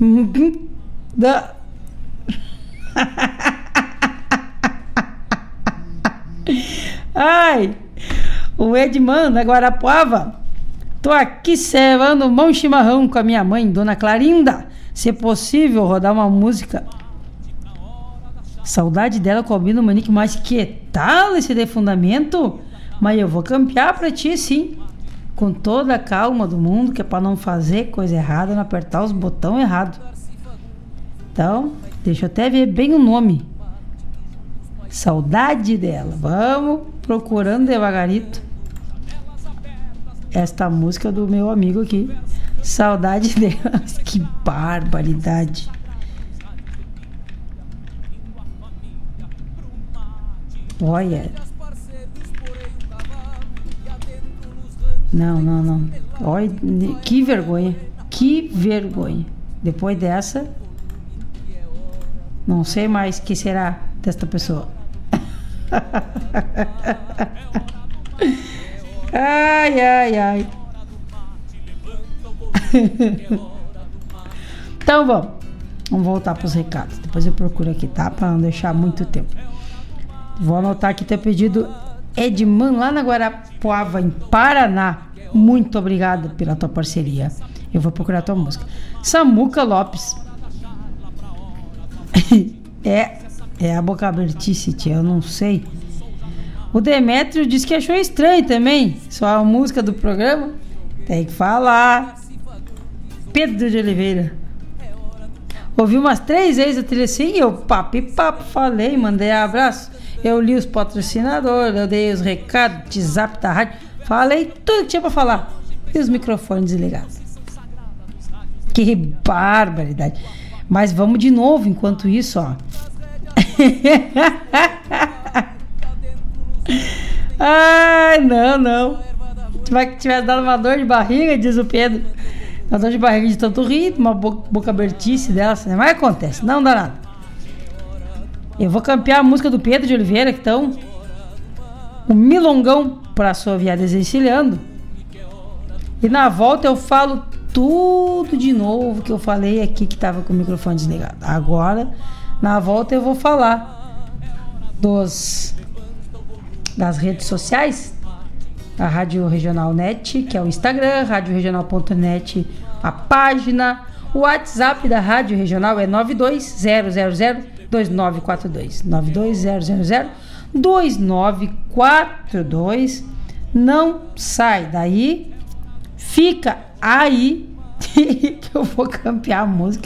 Ai, o Edman da Guarapuava. Tô aqui servando um bom chimarrão com a minha mãe, Dona Clarinda. Se é possível rodar uma música. Saudade dela combina o Manique, mas que tal esse defundamento? Mas eu vou campear pra ti, sim. Com toda a calma do mundo, que é pra não fazer coisa errada, não apertar os botões errados. Então, deixa eu até ver bem o nome. Saudade dela. Vamos procurando devagarito esta música do meu amigo aqui. Saudade dela. Que barbaridade. Olha. Não. Olha, que vergonha. Que vergonha. Depois dessa, não sei mais o que será desta pessoa. Ai. Então vamos voltar para os recados. Depois eu procuro aqui, tá? Para não deixar muito tempo. Vou anotar aqui teu pedido. Edman, lá na Guarapuava, em Paraná. Muito obrigada pela tua parceria. Eu vou procurar a tua música. Samuca Lopes. É a boca abertice, tia, eu não sei. O Demétrio disse que achou estranho também. Só a música do programa. Tem que falar. Pedro de Oliveira. Ouvi umas 3 vezes a trilha assim. Eu papo, falei, mandei abraço. Eu li os patrocinadores, eu dei os recados, WhatsApp da rádio. Falei tudo que tinha pra falar. E os microfones desligados. Que barbaridade. Mas vamos de novo enquanto isso, ó. Ai, não. Tivesse dado uma dor de barriga, diz o Pedro. Uma dor de barriga de tanto rir, uma boca abertice dela, mas acontece, não dá nada. Eu vou campear a música do Pedro de Oliveira, que estão o milongão pra assoviar desencilhando. E na volta eu falo tudo de novo que eu falei aqui que tava com o microfone desligado. Agora, na volta eu vou falar das redes sociais, a Rádio Regional Net, que é o Instagram, radioregional.net, a página, o WhatsApp da Rádio Regional é 920002942, 920002942. Não sai daí, fica aí que eu vou campear a música.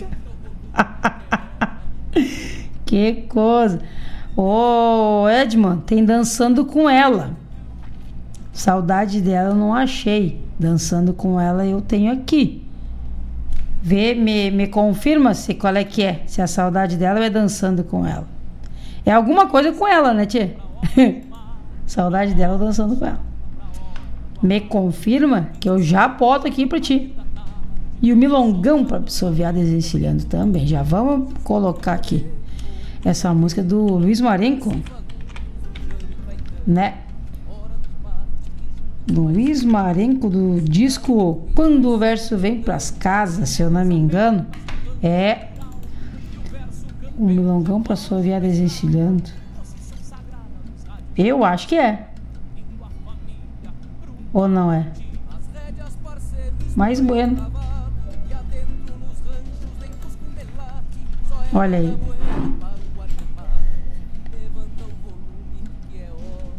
Que coisa. Ô, Edman, tem Dançando com Ela. Saudade dela eu não achei. Dançando com Ela eu tenho aqui. Vê, me confirma se qual é que é. Se a saudade dela ou é Dançando com Ela. É alguma coisa com ela, né, tia? Saudade dela ou Dançando com Ela. Me confirma que eu já boto aqui pra ti. E o milongão pra absorver desencilhando também. Já vamos colocar aqui essa música do Luiz Marenco, né? Luiz Marenco, do disco Quando o Verso Vem Pras Casas, se eu não me engano. É o milongão pra assoviar desencilhando. Eu acho que é. Ou não é? Mas bueno. Olha aí.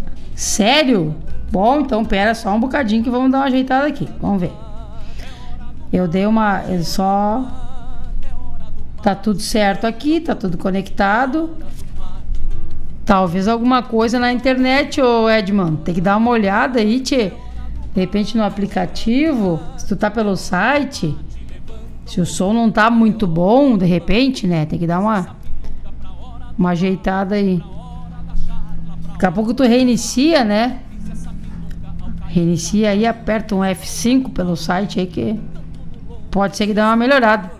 Sério? Bom, então pera só um bocadinho que vamos dar uma ajeitada aqui. Vamos ver. Eu só... Tá tudo certo aqui, tá tudo conectado. Talvez alguma coisa na internet, ô Edman. Tem que dar uma olhada aí, tchê. De repente no aplicativo, se tu tá pelo site, se o som não tá muito bom, de repente, né? Tem que dar uma ajeitada aí. Daqui a pouco tu reinicia, né? Reinicia aí, aperta um F5 pelo site aí que pode ser que dê uma melhorada.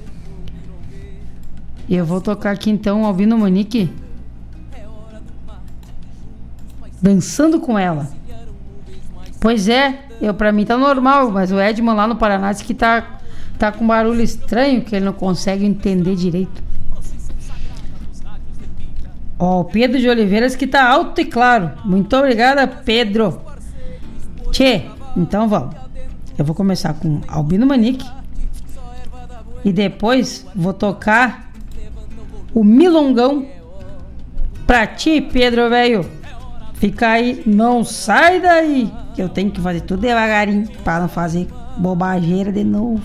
E eu vou tocar aqui então Albino Manique, Dançando com Ela. Pois é, pra mim tá normal, mas o Edman lá no Paraná disse que tá com barulho estranho, que ele não consegue entender direito. Ó, o Pedro de Oliveira disse que tá alto e claro. Muito obrigada, Pedro. Tchê, então vamos. Eu vou começar com Albino Manique e depois vou tocar o Milongão pra ti, Pedro, velho. Fica aí, não sai daí, que eu tenho que fazer tudo devagarinho para não fazer bobageira de novo.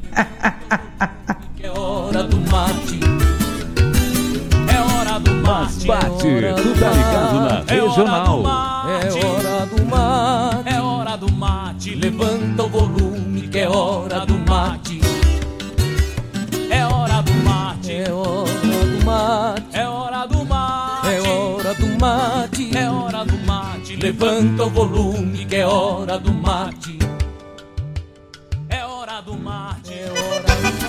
É hora do mate. É hora do mate. Bate, tu tá ligado na regional. É hora do mate. É hora do mate. Levanta o volume que é hora do mate. É hora do mate. É hora do mate. É hora do mate. É hora do mate. É hora do mate. Levanta o volume que é hora do mate. É hora do mate. É hora do mate.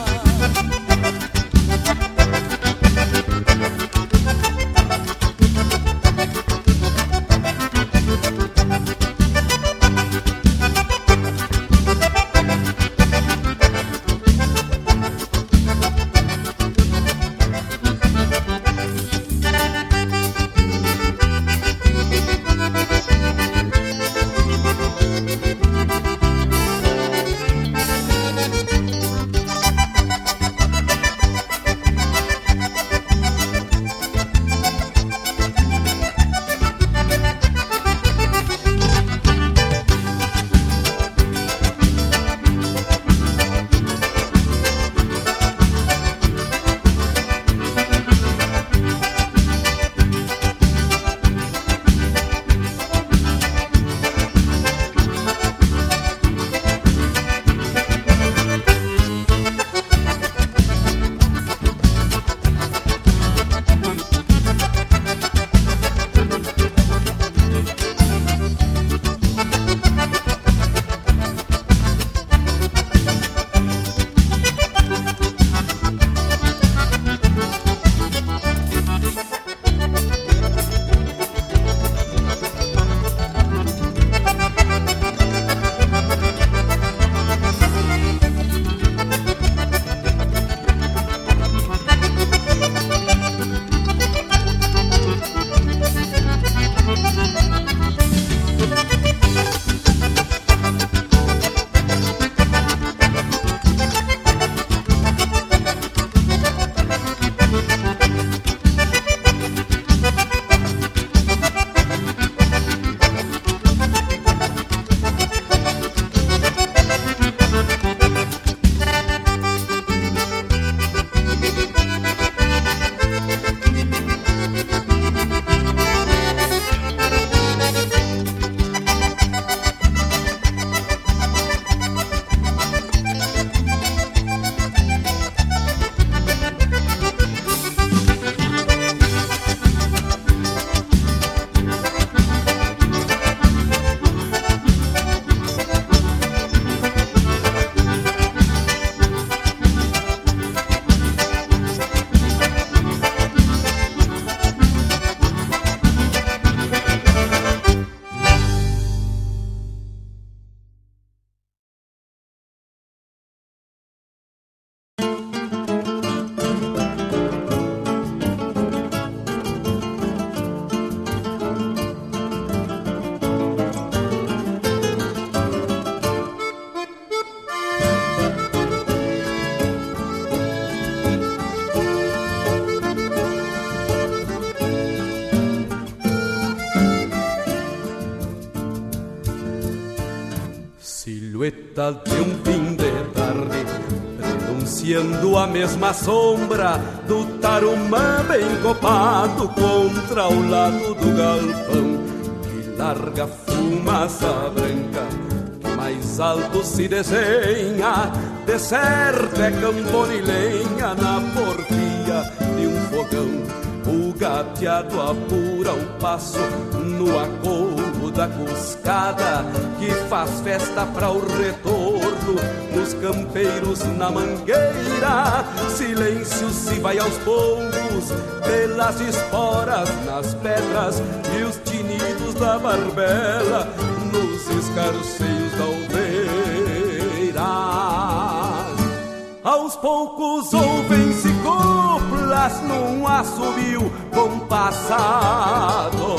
silhueta de um fim de tarde, denunciando a mesma sombra do tarumã bem copado contra o lado do galpão, que larga fumaça branca, que mais alto se desenha, de certo é campona e lenha na porfia de um fogão. O gateado apura o passo no acougo da cuscada, que faz festa para o retorno dos campeiros na mangueira. Silêncio se vai aos poucos pelas esporas nas pedras e os tinidos da barbela nos escarceios da aldeira. Aos poucos ouvem-se coplas num assobio compassado,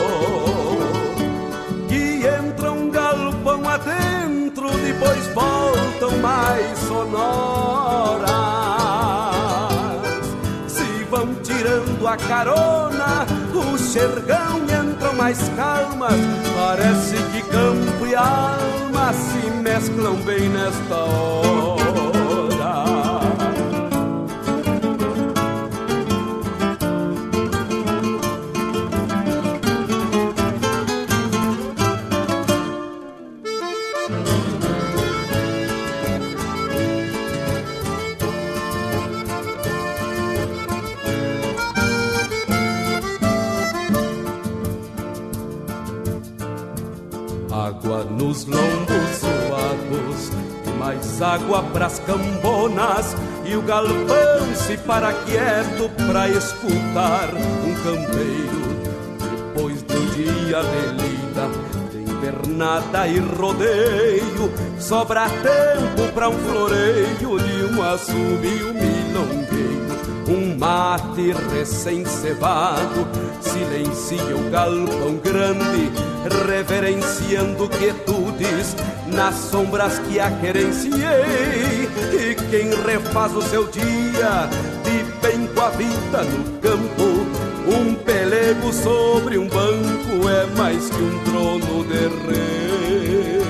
que entram galpão adentro, depois voltam mais sonoras. Se vão tirando a carona, o xergão entram mais calmas. Parece que campo e alma se mesclam bem nesta hora. Água nos lombos suados e mais água pras cambonas, e o galpão se para quieto pra escutar um campeiro. Depois do dia de lida, de invernada e rodeio, sobra tempo pra um floreio de um assobio milongueiro. Um mate recém-cevado silencia o galpão grande, reverenciando quietudes nas sombras que a querenciei. E quem refaz o seu dia de bem com a vida no campo, um pelego sobre um banco é mais que um trono de rei.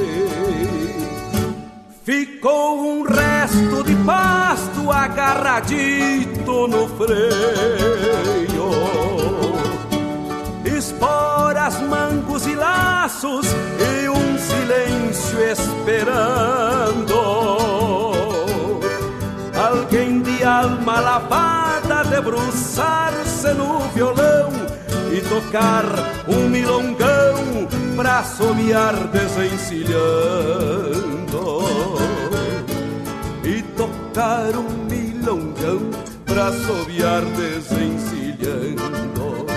Ficou um resto de pasto agarradito no freio, esporas, mangos e laços e um silêncio esperando. Alguém de alma lavada debruçar-se no violão e tocar um milongão pra assobiar desencilhando. E tocar um milongão pra assobiar desencilhando.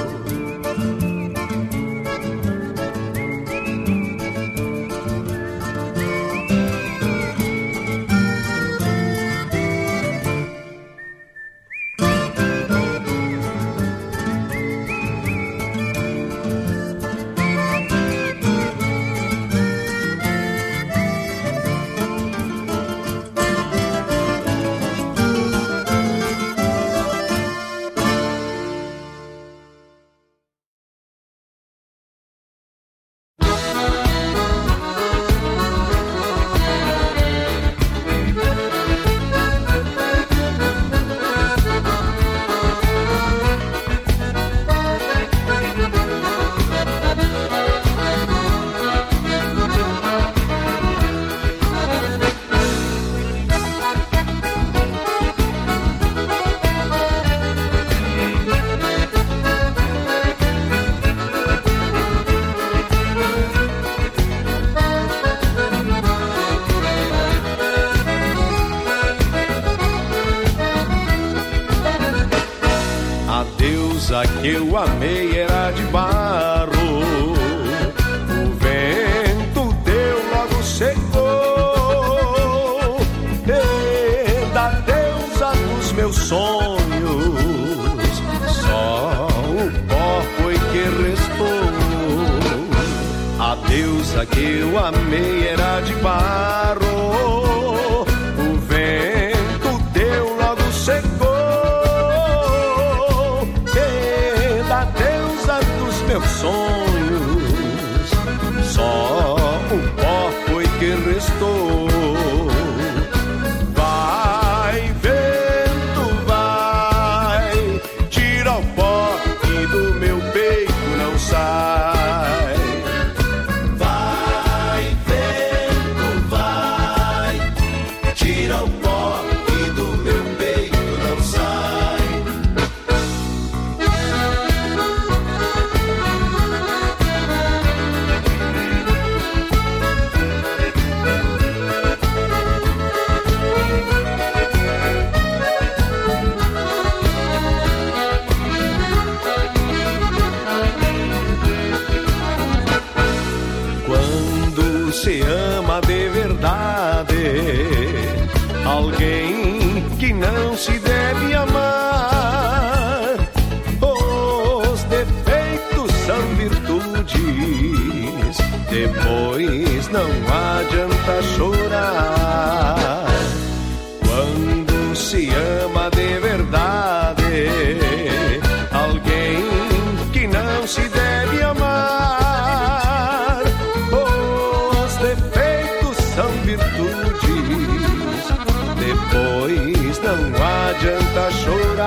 Que eu amei era de barro, o vento deu, logo secou, e da deusa dos meus sonhos, só o pó foi que restou. A deusa que eu amei era de barro, o vento deu, logo secou. Meus sonhos, só o pó foi que restou.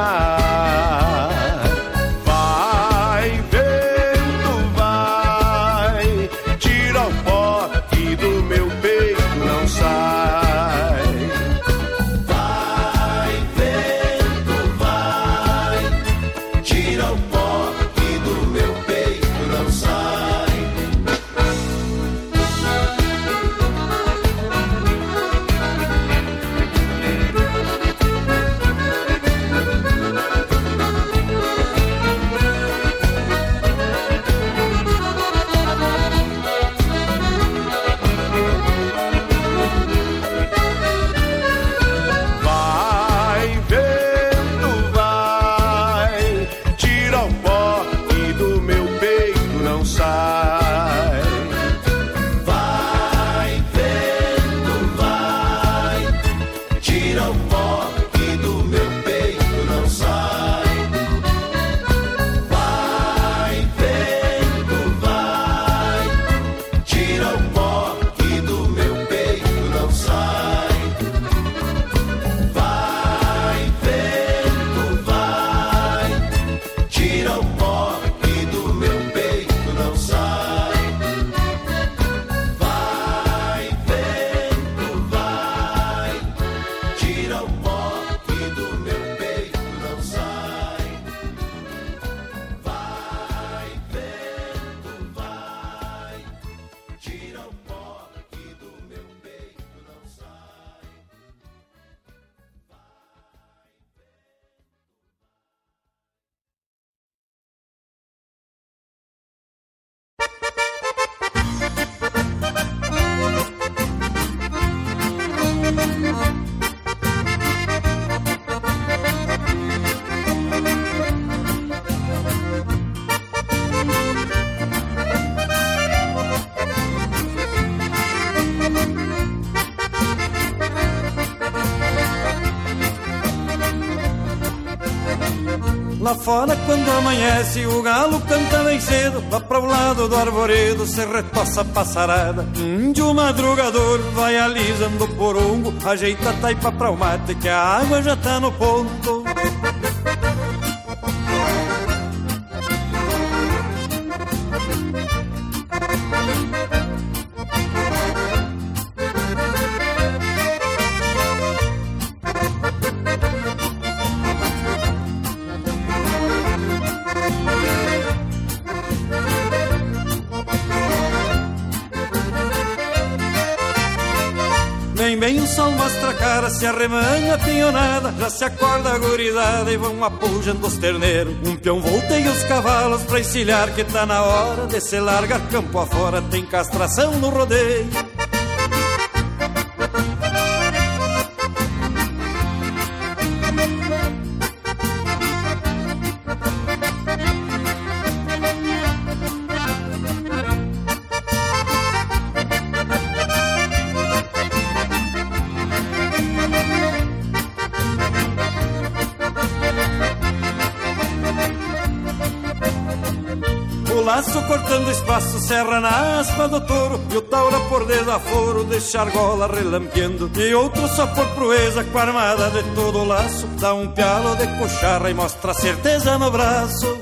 Vai, vento, vai, tira o pó que do meu peito não sai. Vai, vento, vai, tira o pó que do meu peito não sai. Vai, vento, vai, tira o pó que do meu peito não sai. Vai, vento, vai, tira o pó que do meu peito não sai. Vai, vento, vai, tira o pó que do meu peito não sai. Vai, vento, vai, tira o pó que do meu peito não sai. Vai, vento, vai, tira o pó que do meu peito não sai. Vai, vento, vai, tira o pó que do meu peito não sai. Lá fora quando amanhece o galo canta bem cedo. Lá para o lado do arvoredo se retoça a passarada. Índio madrugador vai alisando o porongo, ajeita a taipa para o mate que a água já tá no ponto. Bem o sol mostra a cara, se arremanha a pinhonada, já se acorda a gurizada e vão apujando os terneiros. Um peão volteia os cavalos pra encilhar que tá na hora de se largar campo afora, tem castração no rodeio. O laço cortando espaço, serra na aspa do touro, e o taura por desaforo deixa a argola relampeando. E outro só por proeza, com a armada de todo o laço, dá um pialo de cocharra e mostra a certeza no braço.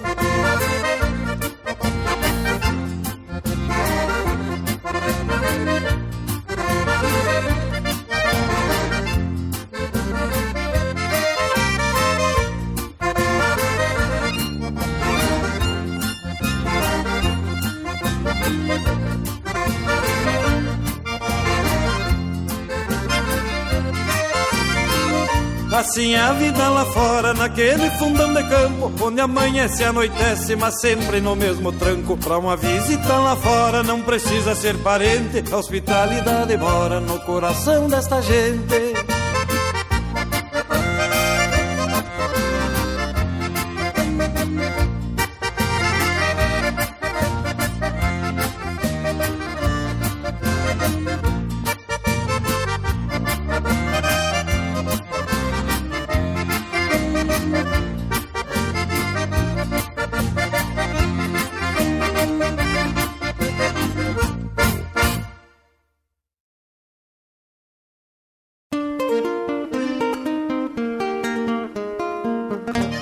Assim é a vida lá fora, naquele fundão de campo, onde amanhece e anoitece, mas sempre no mesmo tranco. Pra uma visita lá fora não precisa ser parente, a hospitalidade mora no coração desta gente.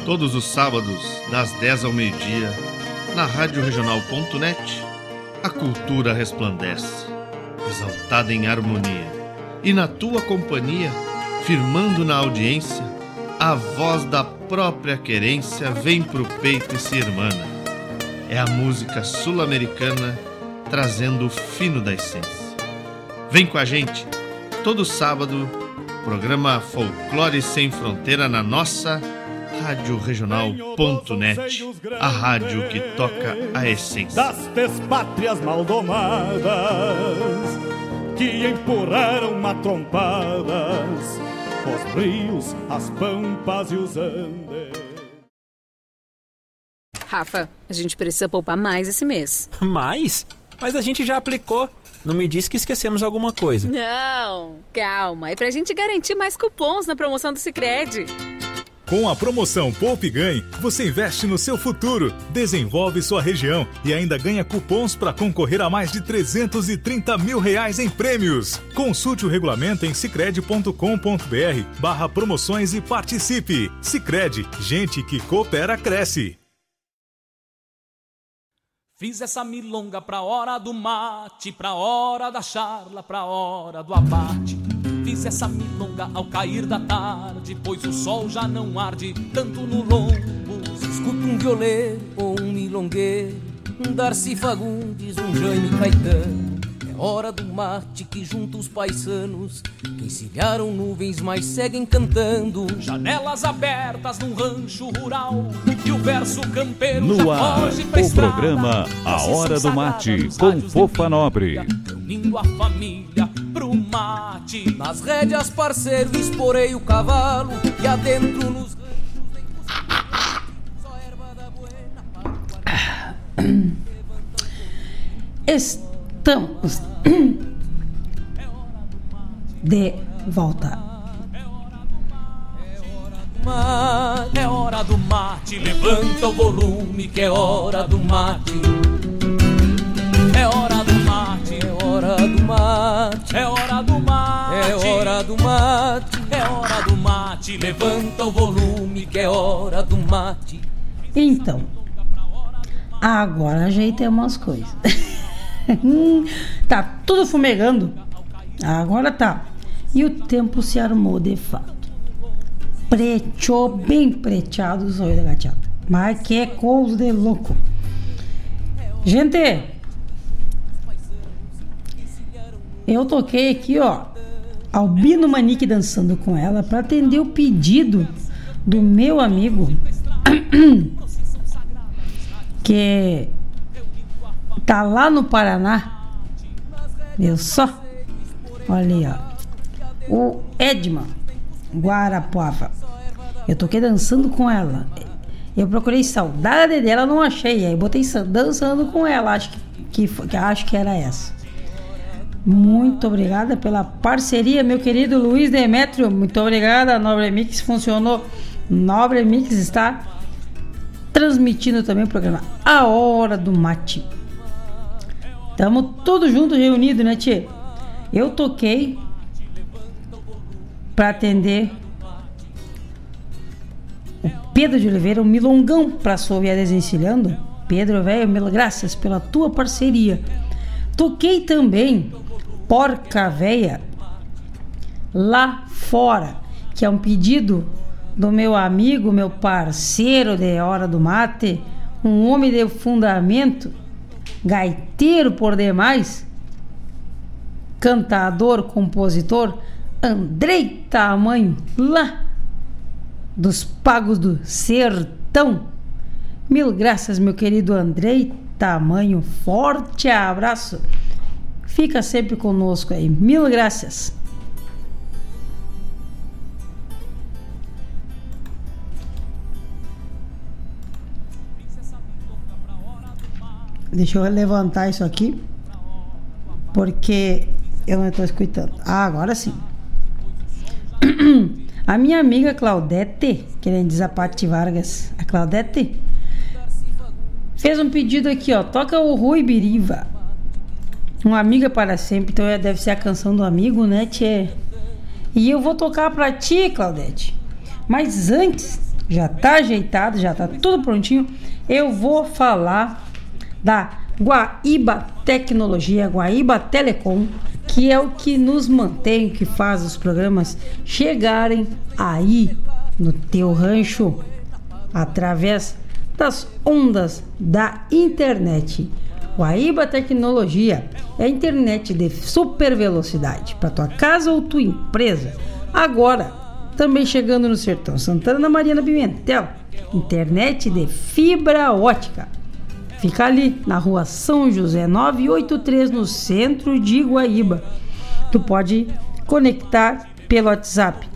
Todos os sábados, das 10 ao meio-dia, na radioregional.net, a cultura resplandece, exaltada em harmonia. E na tua companhia, firmando na audiência, a voz da própria querência vem pro peito e se irmana. É a música sul-americana trazendo o fino da essência. Vem com a gente, todo sábado, programa Folclore Sem Fronteira na nossa radioregional.net, a rádio que toca a essência das despátrias maldomadas que empurraram matrompadas os rios, as pampas e os andes. Rafa, a gente precisa poupar mais esse mês. Mais? Mas a gente já aplicou. Não me diz que esquecemos alguma coisa. Não, calma. É pra gente garantir mais cupons na promoção do Sicredi. Com a promoção Poupe e Ganhe, você investe no seu futuro, desenvolve sua região e ainda ganha cupons para concorrer a mais de 330 mil reais em prêmios. Consulte o regulamento em sicredi.com.br/promoções e participe. Sicredi, gente que coopera cresce. Fiz essa milonga pra hora do mate, pra hora da charla, pra hora do abate. Fiz essa milonga ao cair da tarde, pois o sol já não arde tanto no lombo. Se escuta um violeiro ou um milongueiro, um Darcy Fagundes, um Jaime Caetano, é hora do mate que junta os paisanos que encilharam nuvens, mas seguem cantando. Janelas abertas num rancho rural e o verso campeiro no já ar, foge pra o estrada. programa A Hora do Mate com Fofa Nobre. Unindo a família pro mate. Nas rédeas, parceiro, esporei o cavalo e adentro nos Estamos de volta. É hora do mate, levanta o volume que é hora do mate. É hora do mate, é hora do mate, é hora do mate, é hora do mate, é hora do mate, levanta o volume que é hora do mate. Então, agora ajeitemos as coisas. Tá tudo fumegando. Agora tá. E o tempo se armou de fato. Preteou, bem preteado o zóio da gateada. Mas que coisa de louco. Gente, eu toquei aqui, ó, Albino Manique dançando com ela para atender o pedido do meu amigo que tá lá no Paraná. Viu só? Olha aí, ó. O Edman Guarapuava. Eu toquei dançando com ela. Eu procurei saudade dela, não achei. Aí botei dançando com ela. Acho que era essa. Muito obrigada pela parceria, meu querido Luiz Demétrio. Muito obrigada. A Nobre Mix funcionou. Nobre Mix está transmitindo também o programa A Hora do Mate. Estamos todos juntos reunidos, né, tchê? Eu toquei para atender o Pedro de Oliveira, um milongão para Assoviar Desencilhando. Pedro, velho, mil graças pela tua parceria. Toquei também Porca Véia Lá Fora, que é um pedido do meu amigo, meu parceiro de Hora do Mate, um homem de fundamento, gaiteiro por demais, cantador, compositor, Andrei Tamanho, lá dos Pagos do Sertão. Mil graças, meu querido Andrei Tamanho. Forte abraço. Fica sempre conosco aí. Mil graças. Deixa eu levantar isso aqui, porque eu não estou escutando. Ah, agora sim. A minha amiga Claudete, querendo Zapati Vargas, a Claudete fez um pedido aqui, ó. Toca o Rui Biriva, Uma Amiga para Sempre. Então deve ser a canção do amigo, né, tchê? E eu vou tocar pra ti, Claudete. Mas antes, já tá ajeitado, já tá tudo prontinho. Eu vou falar da Guaíba Tecnologia, Guaíba Telecom, que é o que nos mantém, que faz os programas chegarem aí no teu rancho através das ondas da internet. Guaíba Tecnologia é a internet de super velocidade para tua casa ou tua empresa. Agora, também chegando no Sertão Santana, Mariana Pimentel, internet de fibra ótica. Fica ali na rua São José 983, no centro de Guaíba. Tu pode conectar pelo WhatsApp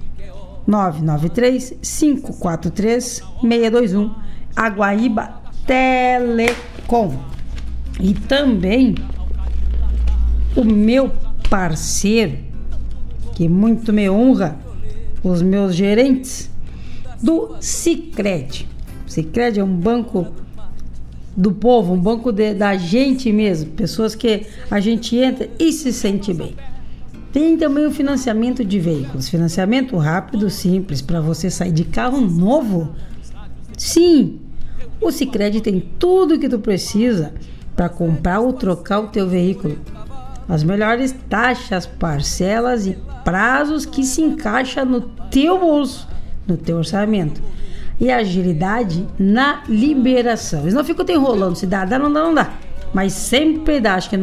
993-543-621, a Guaíba Telecom. E também o meu parceiro, que muito me honra, os meus gerentes do Sicredi. O Sicredi é um banco do povo, um banco da gente mesmo, pessoas que a gente entra e se sente bem. Tem também o financiamento de veículos, financiamento rápido, simples, para você sair de carro novo. Sim, o Sicredi tem tudo que tu precisa para comprar ou trocar o teu veículo. As melhores taxas, parcelas e prazos que se encaixam no teu bolso, no teu orçamento. E agilidade na liberação. Eles não ficam te enrolando, se dá, não dá. Mas sempre dá, acho que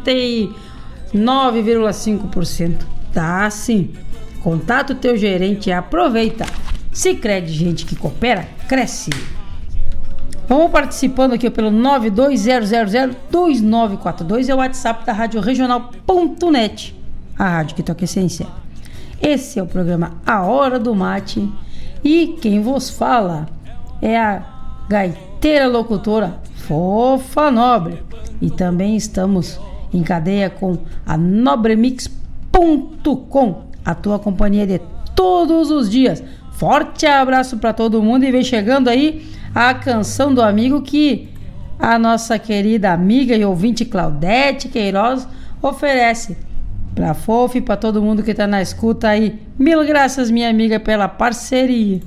99,5% dá sim. Contata o teu gerente e aproveita. Sicredi, gente que coopera, cresce. Vamos participando aqui pelo 920002942, é o WhatsApp da Rádio Regional.net, a rádio que toca essência. Esse é o programa A Hora do Mate. E quem vos fala é a gaiteira locutora Fofa Nobre. E também estamos em cadeia com a Nobremix.com, a tua companhia de todos os dias. Forte abraço para todo mundo e vem chegando aí a canção do amigo que a nossa querida amiga e ouvinte Claudete Queiroz oferece pra Fofa e pra todo mundo que tá na escuta aí. Mil graças, minha amiga, pela parceria.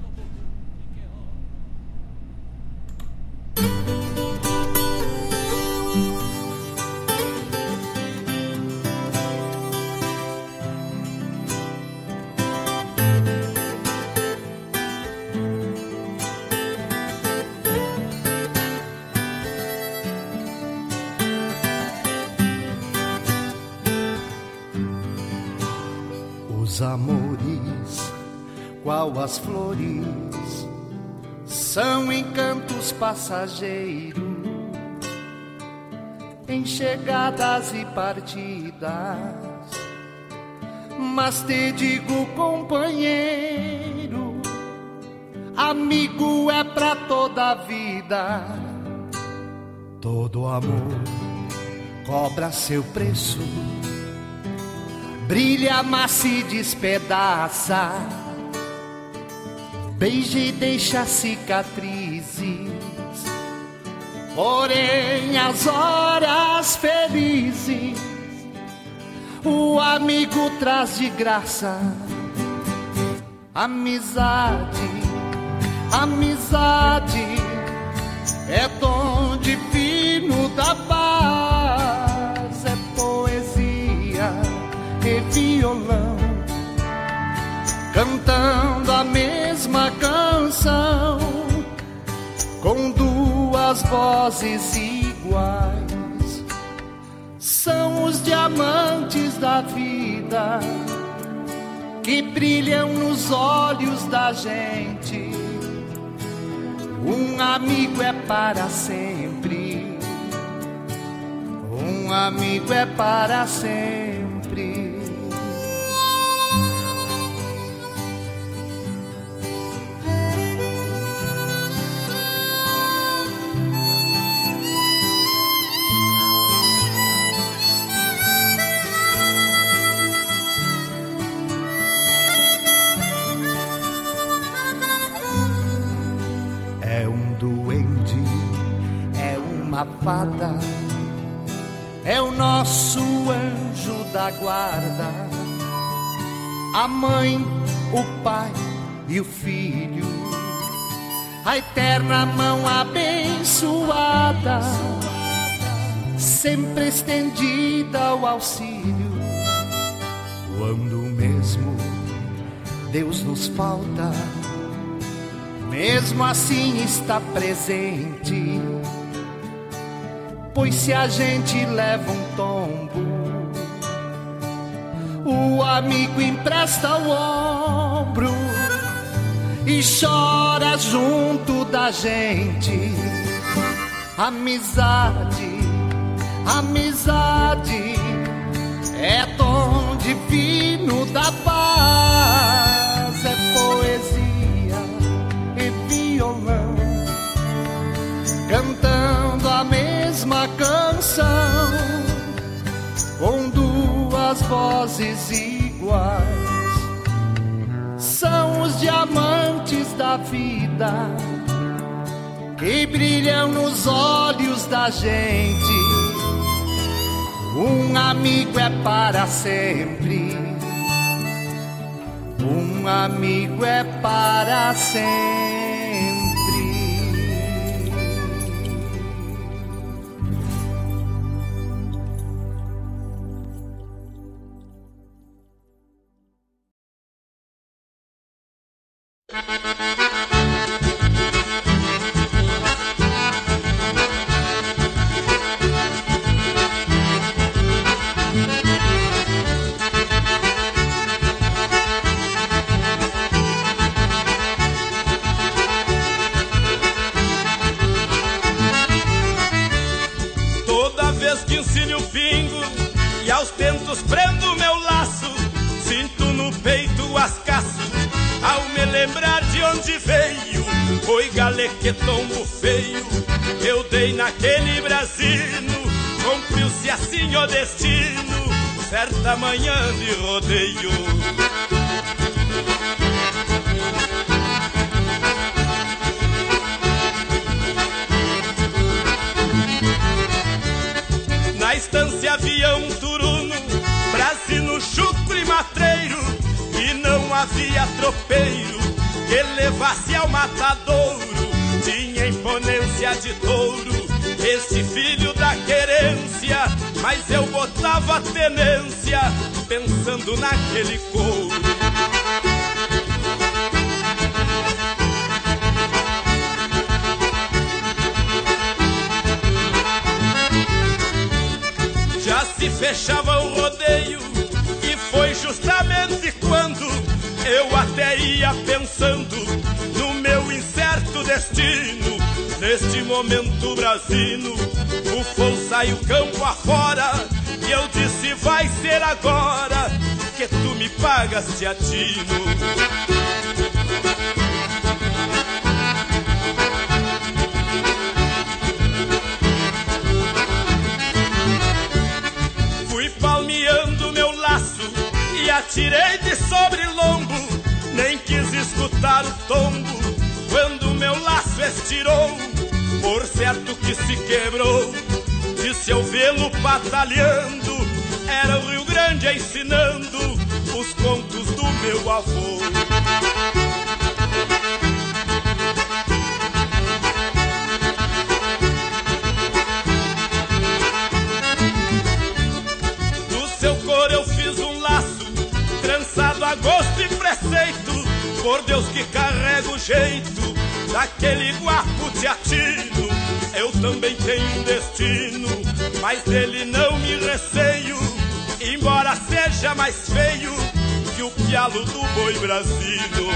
Os amores, qual as flores, são encantos passageiros, em chegadas e partidas. Mas te digo, companheiro, amigo é pra toda a vida. Todo amor cobra seu preço, brilha, mas se despedaça, beija e deixa cicatrizes. Porém, as horas felizes, o amigo traz de graça. Amizade, amizade, é dom divino da paz, é poesia e violão, cantando a mesma canção, com duas vozes iguais. São os diamantes da vida que brilham nos olhos da gente. Um amigo é para sempre, um amigo é para sempre. A fada é o nosso anjo da guarda, a mãe, o pai e o filho a eterna mão abençoada, sempre estendida ao auxílio, quando mesmo Deus nos falta, mesmo assim está presente. Pois se a gente leva um tombo, o amigo empresta o ombro e chora junto da gente. Amizade, amizade é dom divino da paz, é poesia e violão, cantando a mesma canção, com duas vozes iguais. São os diamantes da vida que brilham nos olhos da gente. Um amigo é para sempre, um amigo é para sempre. Que tombo feio eu dei naquele brasino, cumpriu-se assim o destino, certa manhã de rodeio. Na estância havia um turuno, brasino, chucro e matreiro, e não havia tropeiro que levasse ao matadouro. Tinha imponência de touro, esse filho da querência, mas eu botava tenência, pensando naquele couro. Já se fechava o rodeio, e foi justamente quando eu até ia pensando no meu incerto destino. Neste momento brasino bufou, saiu campo afora, e eu disse: vai ser agora que tu me pagas, teatino. Fui palmeando meu laço e atirei de sobrelombo, nem quis escutar o tombo quando meu laço estirou. Por certo que se quebrou, disse eu vê-lo batalhando, era o Rio Grande ensinando os contos do meu avô. Do seu cor eu fiz um laço, trançado a gosto e preceito, por Deus que carrego o jeito daquele guapo teatino. Eu também tenho um destino, mas dele não me receio, embora seja mais feio que o pialo do boi brasino.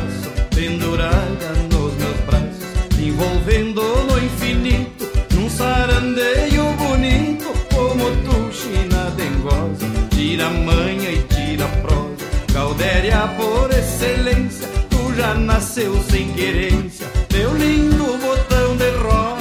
Pendurada nos meus braços, envolvendo no infinito, num nasceu sem querência, meu lindo botão de rosa.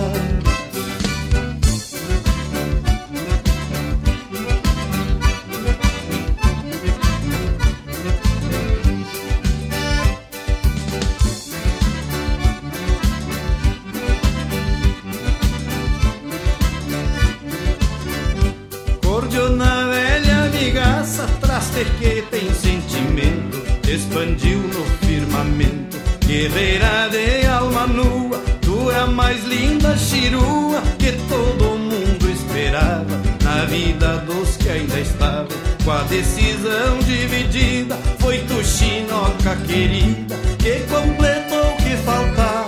Cordiona velha amigaça, traste que tem sentimento, expandiu no firmamento, guerreira de alma nua, tu é a mais linda chirua que todo mundo esperava, na vida dos que ainda estavam, com a decisão dividida, foi tu chinoca querida, que completou o que faltava.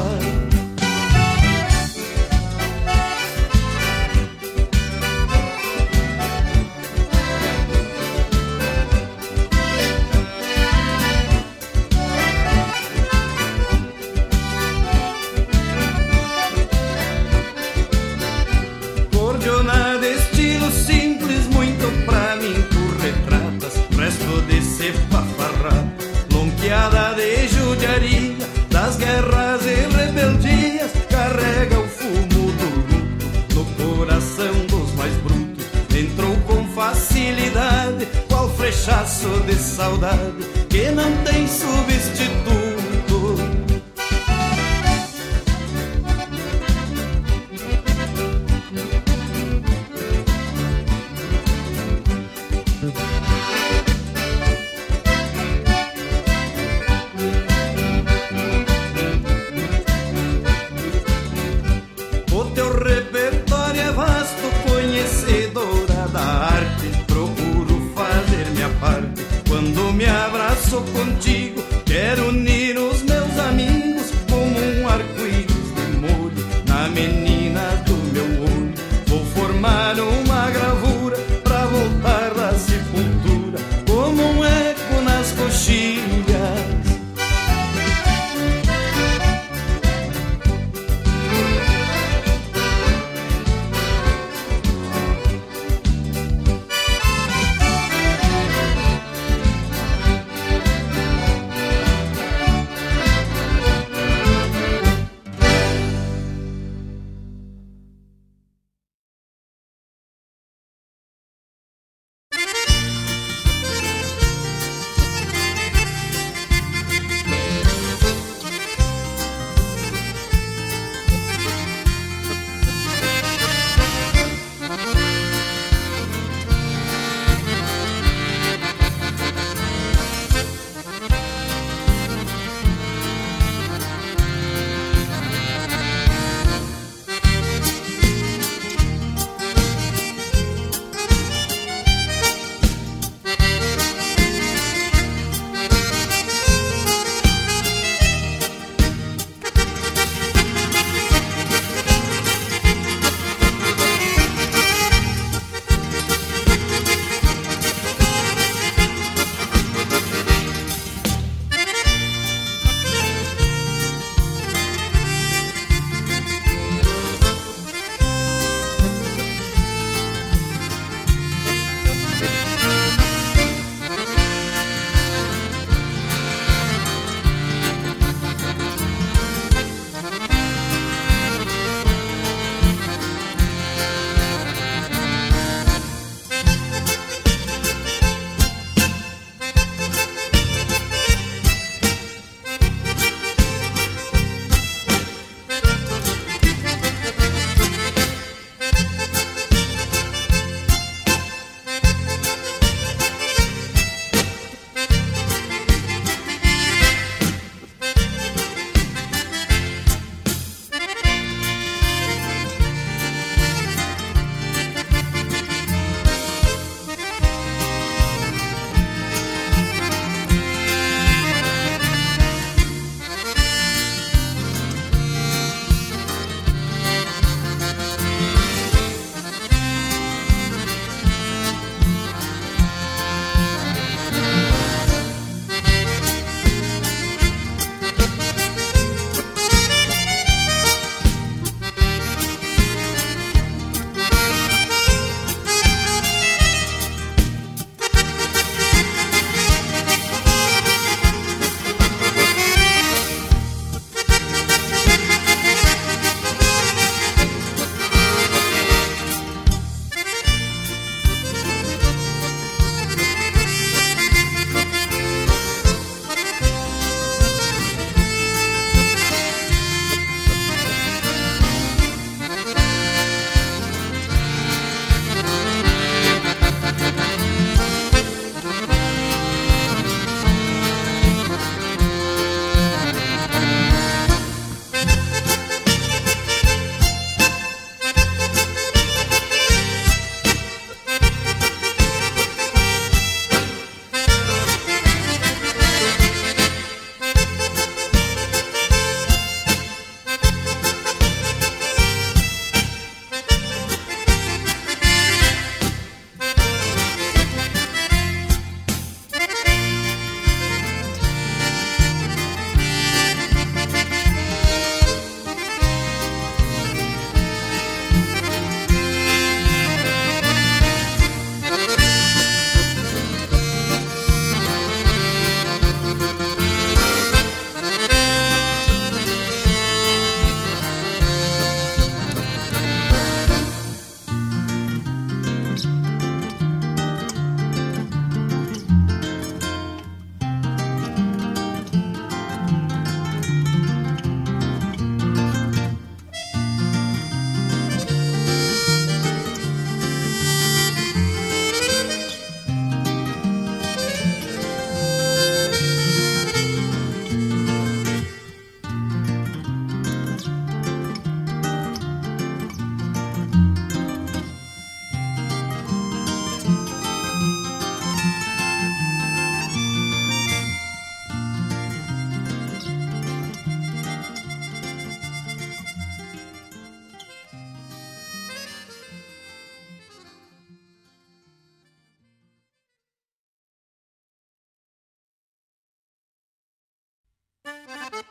De judiaria, das guerras e rebeldias, carrega o fumo do luto no coração dos mais brutos. Entrou com facilidade, qual frechaço de saudade que não tem substituto. Contigo, quero unir os meus amigos como um arco-íris de molho na menina do meu olho. Vou formar uma gravura pra voltar da sepultura como um eco nas coxilhas.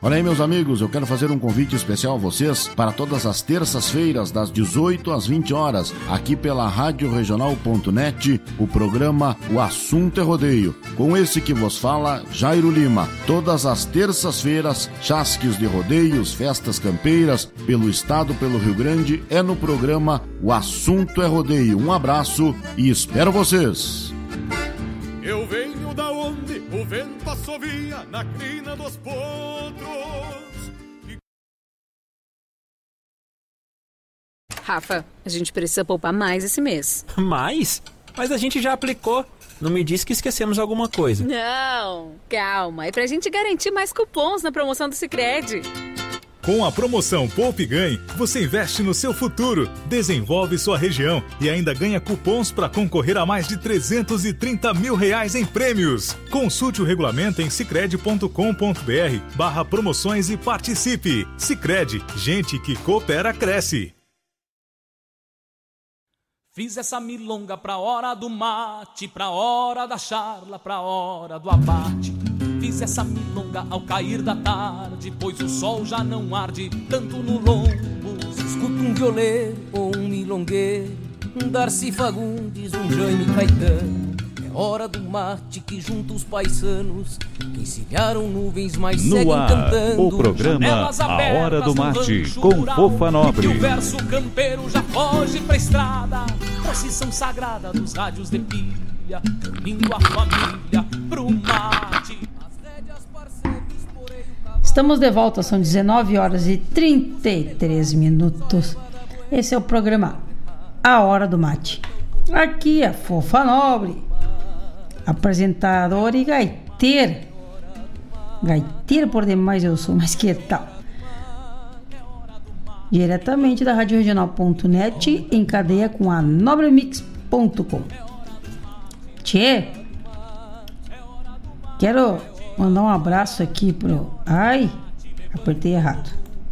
Olha aí, meus amigos, eu quero fazer um convite especial a vocês para todas as terças-feiras, das 18 às 20 horas, aqui pela radioregional.net, o programa O Assunto é Rodeio. Com esse que vos fala, Jairo Lima. Todas as terças-feiras, chasques de rodeios, festas campeiras, pelo estado, pelo Rio Grande, é no programa O Assunto é Rodeio. Um abraço e espero vocês! Eu venho da onde o vento assovia na crina dos potros. Rafa, a gente precisa poupar mais esse mês. Mais? Mas a gente já aplicou. Não me diz que esquecemos alguma coisa. Não, calma. É pra gente garantir mais cupons na promoção do Sicredi. Com a promoção Poupe e Ganhe, você investe no seu futuro, desenvolve sua região e ainda ganha cupons para concorrer a mais de 330 mil reais em prêmios. Consulte o regulamento em sicredi.com.br/promoções e participe. Sicredi, gente que coopera cresce. Fiz essa milonga pra hora do mate, pra hora da charla, pra hora do abate. Fiz essa milonga ao cair da tarde, pois o sol já não arde tanto no lombo. Se escuta um violeiro ou um milongueiro, um Darcy Fagundes, um Jaime Caetano, é hora do mate que junta os paisanos que encilharam nuvens, mas no seguem ar, cantando. o programa A Hora do Mate, com Fofa Nobre. E o verso campeiro já foge pra estrada, procissão sagrada dos rádios de pilha, unindo a família pro mate. Estamos de volta, são 19 horas e 33 minutos. Esse é o programa A Hora do Mate. Aqui é Fofa Nobre, apresentadora e gaiteira. Gaiteira por demais eu sou, mas que tal? Diretamente da radioregional.net, em cadeia com a nobremix.com. Tchê, quero mandar um abraço aqui pro... Ai, apertei errado.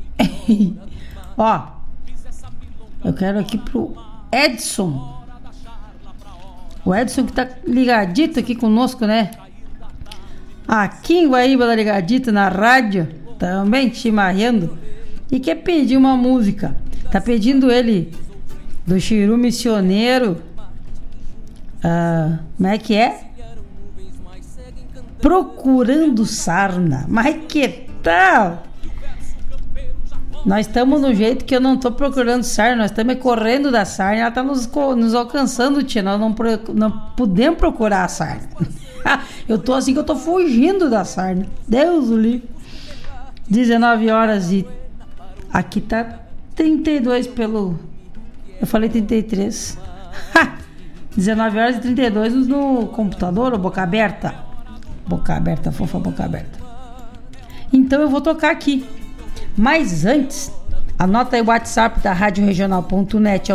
Ó, eu quero aqui pro Edson. O Edson que tá ligadito aqui conosco, né? Aqui em Guaíba, tá ligadito na rádio, também chimarrando. E quer pedir uma música. Tá pedindo ele do Chiru Missioneiro. Como é que é? Procurando sarna. Mas que tal? Nós estamos no jeito que eu não tô procurando sarna. Nós estamos correndo da sarna. Ela tá nos alcançando, tia. Nós não podemos procurar a sarna. Eu tô assim que eu tô fugindo da sarna. Deus o livre. 19 horas e... Aqui tá 32 pelo... Eu falei 33. 19 horas e 32 no computador ou boca aberta? Boca aberta, fofa, boca aberta. Então eu vou tocar aqui. Mas antes, anota aí o WhatsApp da radioregional.net, é o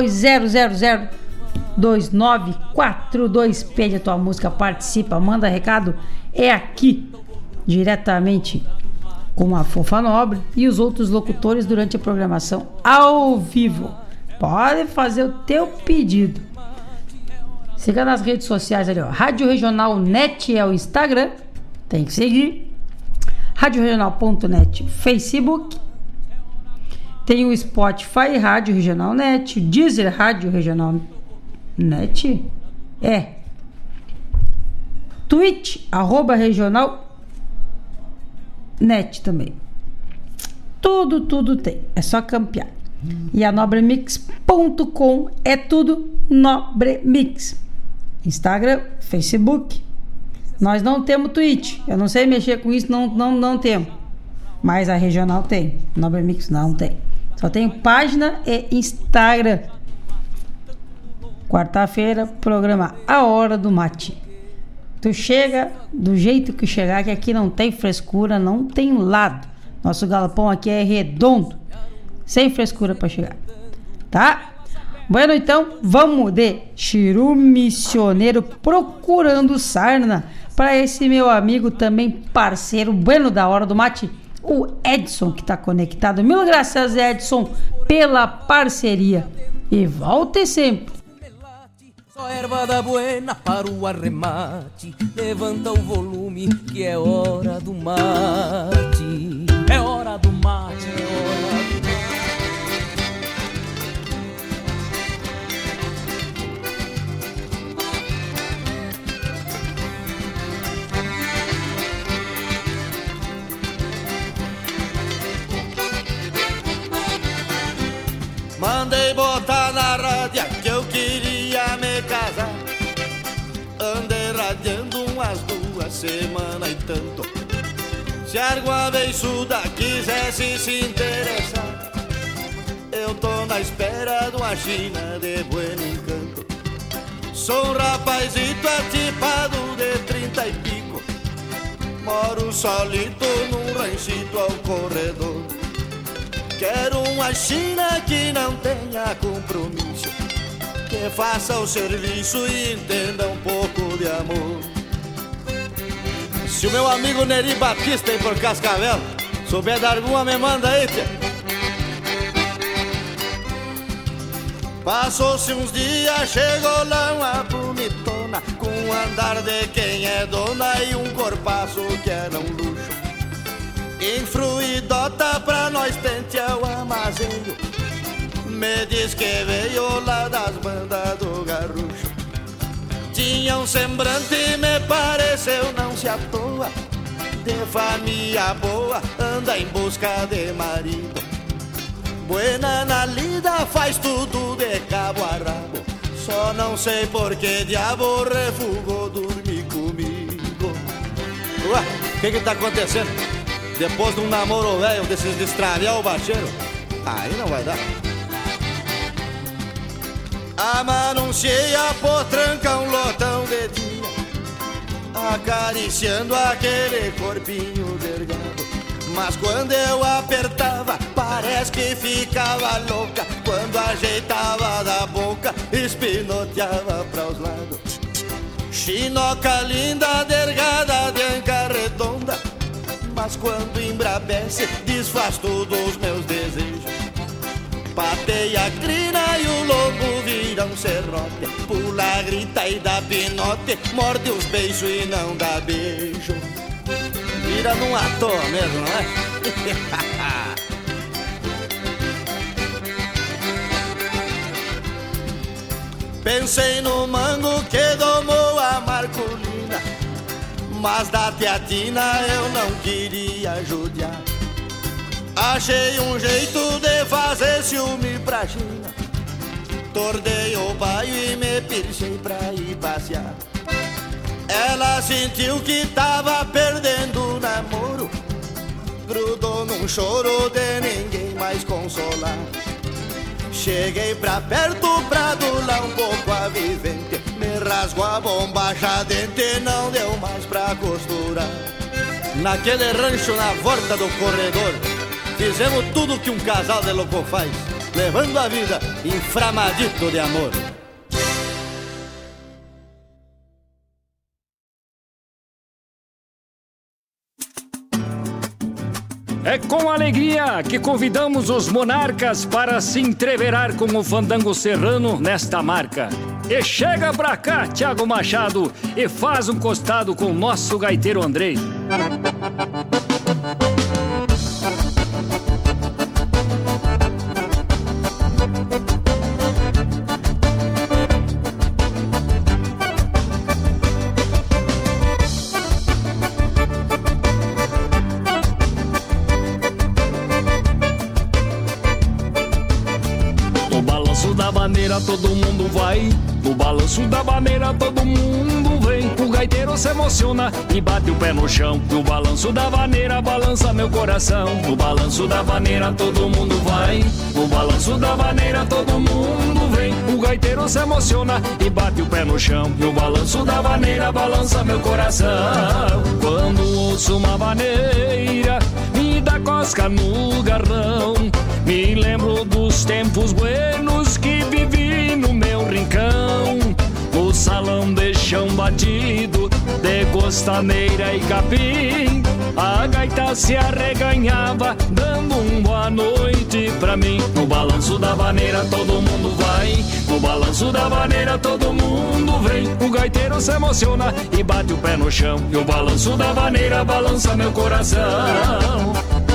920002942. Pede a tua música, participa, manda recado. É aqui, diretamente com a Fofa Nobre e os outros locutores durante a programação ao vivo. Pode fazer o teu pedido. Siga nas redes sociais ali, ó. Rádio Regional Net é o Instagram, tem que seguir. radioregional.net Facebook. Tem o Spotify Rádio Regional Net, o Deezer Rádio Regional Net. Twitch @regional net também. Tudo tem. É só campear. E a nobremix.com é tudo Nobremix. Instagram, Facebook. Nós não temos Twitch. Eu não sei mexer com isso, não temos. Mas a regional tem. Nobremix não tem. Só tem página e Instagram. Quarta-feira, programa A Hora do Mate. Tu chega do jeito que chegar, que aqui não tem frescura, não tem lado. Nosso galpão aqui é redondo, sem frescura para chegar. Tá? Bueno, então, vamos de Chiru Missioneiro Procurando Sarna para esse meu amigo, também parceiro, bueno da Hora do Mate, o Edson, que tá conectado. Mil graças, Edson, pela parceria. E volte sempre. Só erva da buena para o arremate, levanta o volume que é hora do mate. É hora do mate, é hora do mate. Mandei botar na rádio que eu queria me casar. Andei radiando umas 2 semanas e tanto. Se alguma beiçuda quisesse se interessar, eu tô na espera de uma china de bueno encanto. Sou um rapazito atipado de 30 e pico, moro solito num ranchito ao corredor. Quero uma china que não tenha compromisso, que faça o serviço e entenda um pouco de amor. Se o meu amigo Neri Batista aí por Cascavel souber dar alguma, me manda aí, tia. Passou-se uns dias, chegou lá uma bonitona, com um andar de quem é dona e um corpaço que era um luxo. Infruidota pra nós tentear o armazém, me diz que veio lá das bandas do Garrucho. Tinha um semblante, me pareceu não se à toa, de família boa, anda em busca de marido. Buena na lida, faz tudo de cabo a rabo, só não sei por que diabo refugou dormir comigo. Ué, o que tá acontecendo? Depois de um namoro velho desses de estraviar o bacheiro, aí não vai dar. Amanunciei a potranca um lotão de dia, acariciando aquele corpinho delgado. Mas quando eu apertava, parece que ficava louca. Quando ajeitava da boca, espinoteava para os lados. Chinoca linda, delgada, de anca redonda, mas quando embrabece, desfaz todos os meus desejos. Pateia a crina e o lobo vira um serrote, pula, grita e dá pinote, morde os beijos e não dá beijo. Vira num ator mesmo, não é? Pensei no mango que domou a Marcolina, mas da teatina eu não queria judiar. Achei um jeito de fazer ciúme pra China, tordei o baio e me pirchei pra ir passear. Ela sentiu que tava perdendo o namoro, grudou num choro de ninguém mais consolar. Cheguei pra perto pra adular um pouco a vivente, me rasgou a bombacha dente, não deu mais pra costurar. Naquele rancho na volta do corredor, fizemos tudo que um casal de louco faz, levando a vida inframadito de amor. É com alegria que convidamos os monarcas para se entreverar com o fandango serrano nesta marca. E chega pra cá, Thiago Machado, e faz um costado com o nosso gaiteiro Andrei. Todo mundo vai, no balanço da maneira todo mundo vem. O gaiteiro se emociona e bate o pé no chão. No balanço da vaneira balança meu coração. No balanço da vaneira todo mundo vai, no balanço da vaneira todo mundo vem. O gaiteiro se emociona e bate o pé no chão. No balanço da vaneira balança meu coração. Quando ouço uma vaneira, me dá cosca no garrão. Me lembro dos tempos buenos que vivi no meu rincão, no salão de chão batido, de costaneira e capim. A gaita se arreganhava, dando boa noite pra mim. No balanço da vaneira todo mundo vai, no No balanço da vaneira todo mundo vem. O gaiteiro se emociona e bate o pé no chão. E o balanço da vaneira balança meu coração.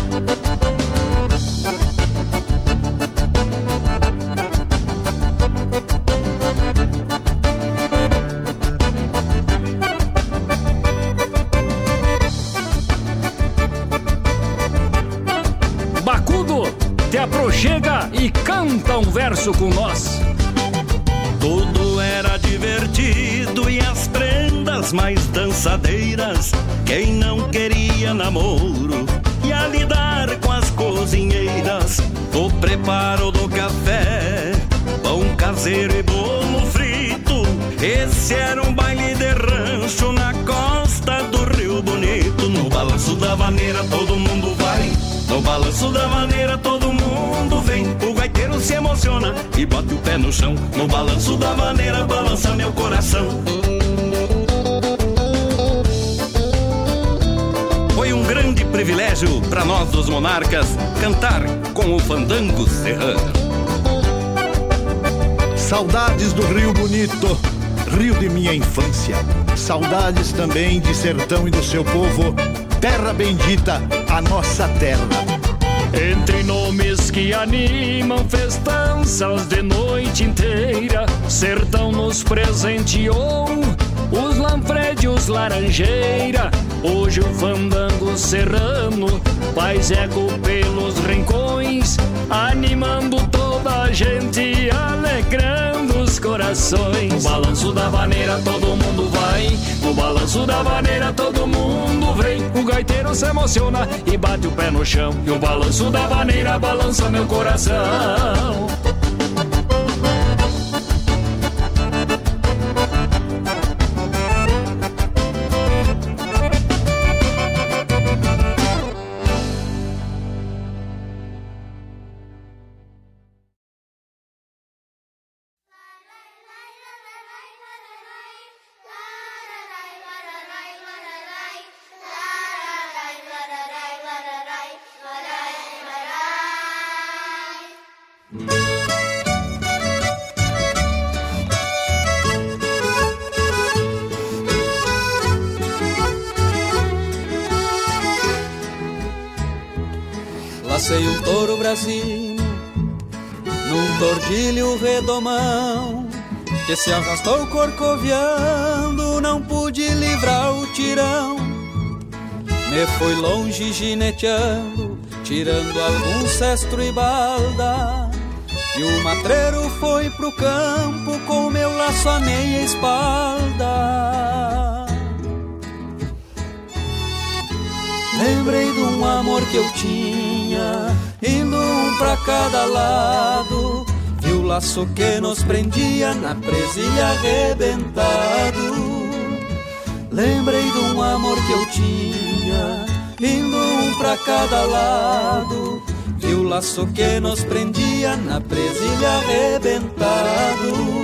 Te aproxega e canta um verso com nós. Tudo era divertido e as prendas mais dançadeiras. Quem não queria namoro ia lidar com as cozinheiras. O preparo do café, pão caseiro e bolo frito. Esse era um baile de rancho na costa do Rio Bonito. No balanço da vaneira todo mundo vai. No balanço da vaneira todo mundo vem. O gaiteiro se emociona e bate o pé no chão. No balanço da vaneira balança meu coração. Foi um grande privilégio para nós dos monarcas cantar com o fandango serrano. Saudades do Rio Bonito, rio de minha infância. Saudades também de sertão e do seu povo. Terra bendita, a nossa terra. Entre nomes que animam festanças de noite inteira, sertão nos presenteou os Lanfredios Laranjeira. Hoje o fandango serrano faz eco pelos rincões, animando toda a gente, alegrando os corações. No balanço da vaneira todo mundo vai. No balanço da vaneira todo mundo vem. O gaiteiro se emociona e bate o pé no chão. E o balanço da vaneira balança meu coração. Lacei um touro brasino num tordilho redomão que se arrastou corcoviando, não pude livrar o tirão. Me fui longe gineteando, tirando algum cestro e balda, e o matreiro foi pro campo com meu laço à meia espalda. Lembrei de um amor que eu tinha, indo um pra cada lado, vi o laço que nos prendia na presilha arrebentado. Lembrei de um amor que eu tinha, indo um pra cada lado, vi o laço que nos prendia na presilha arrebentado.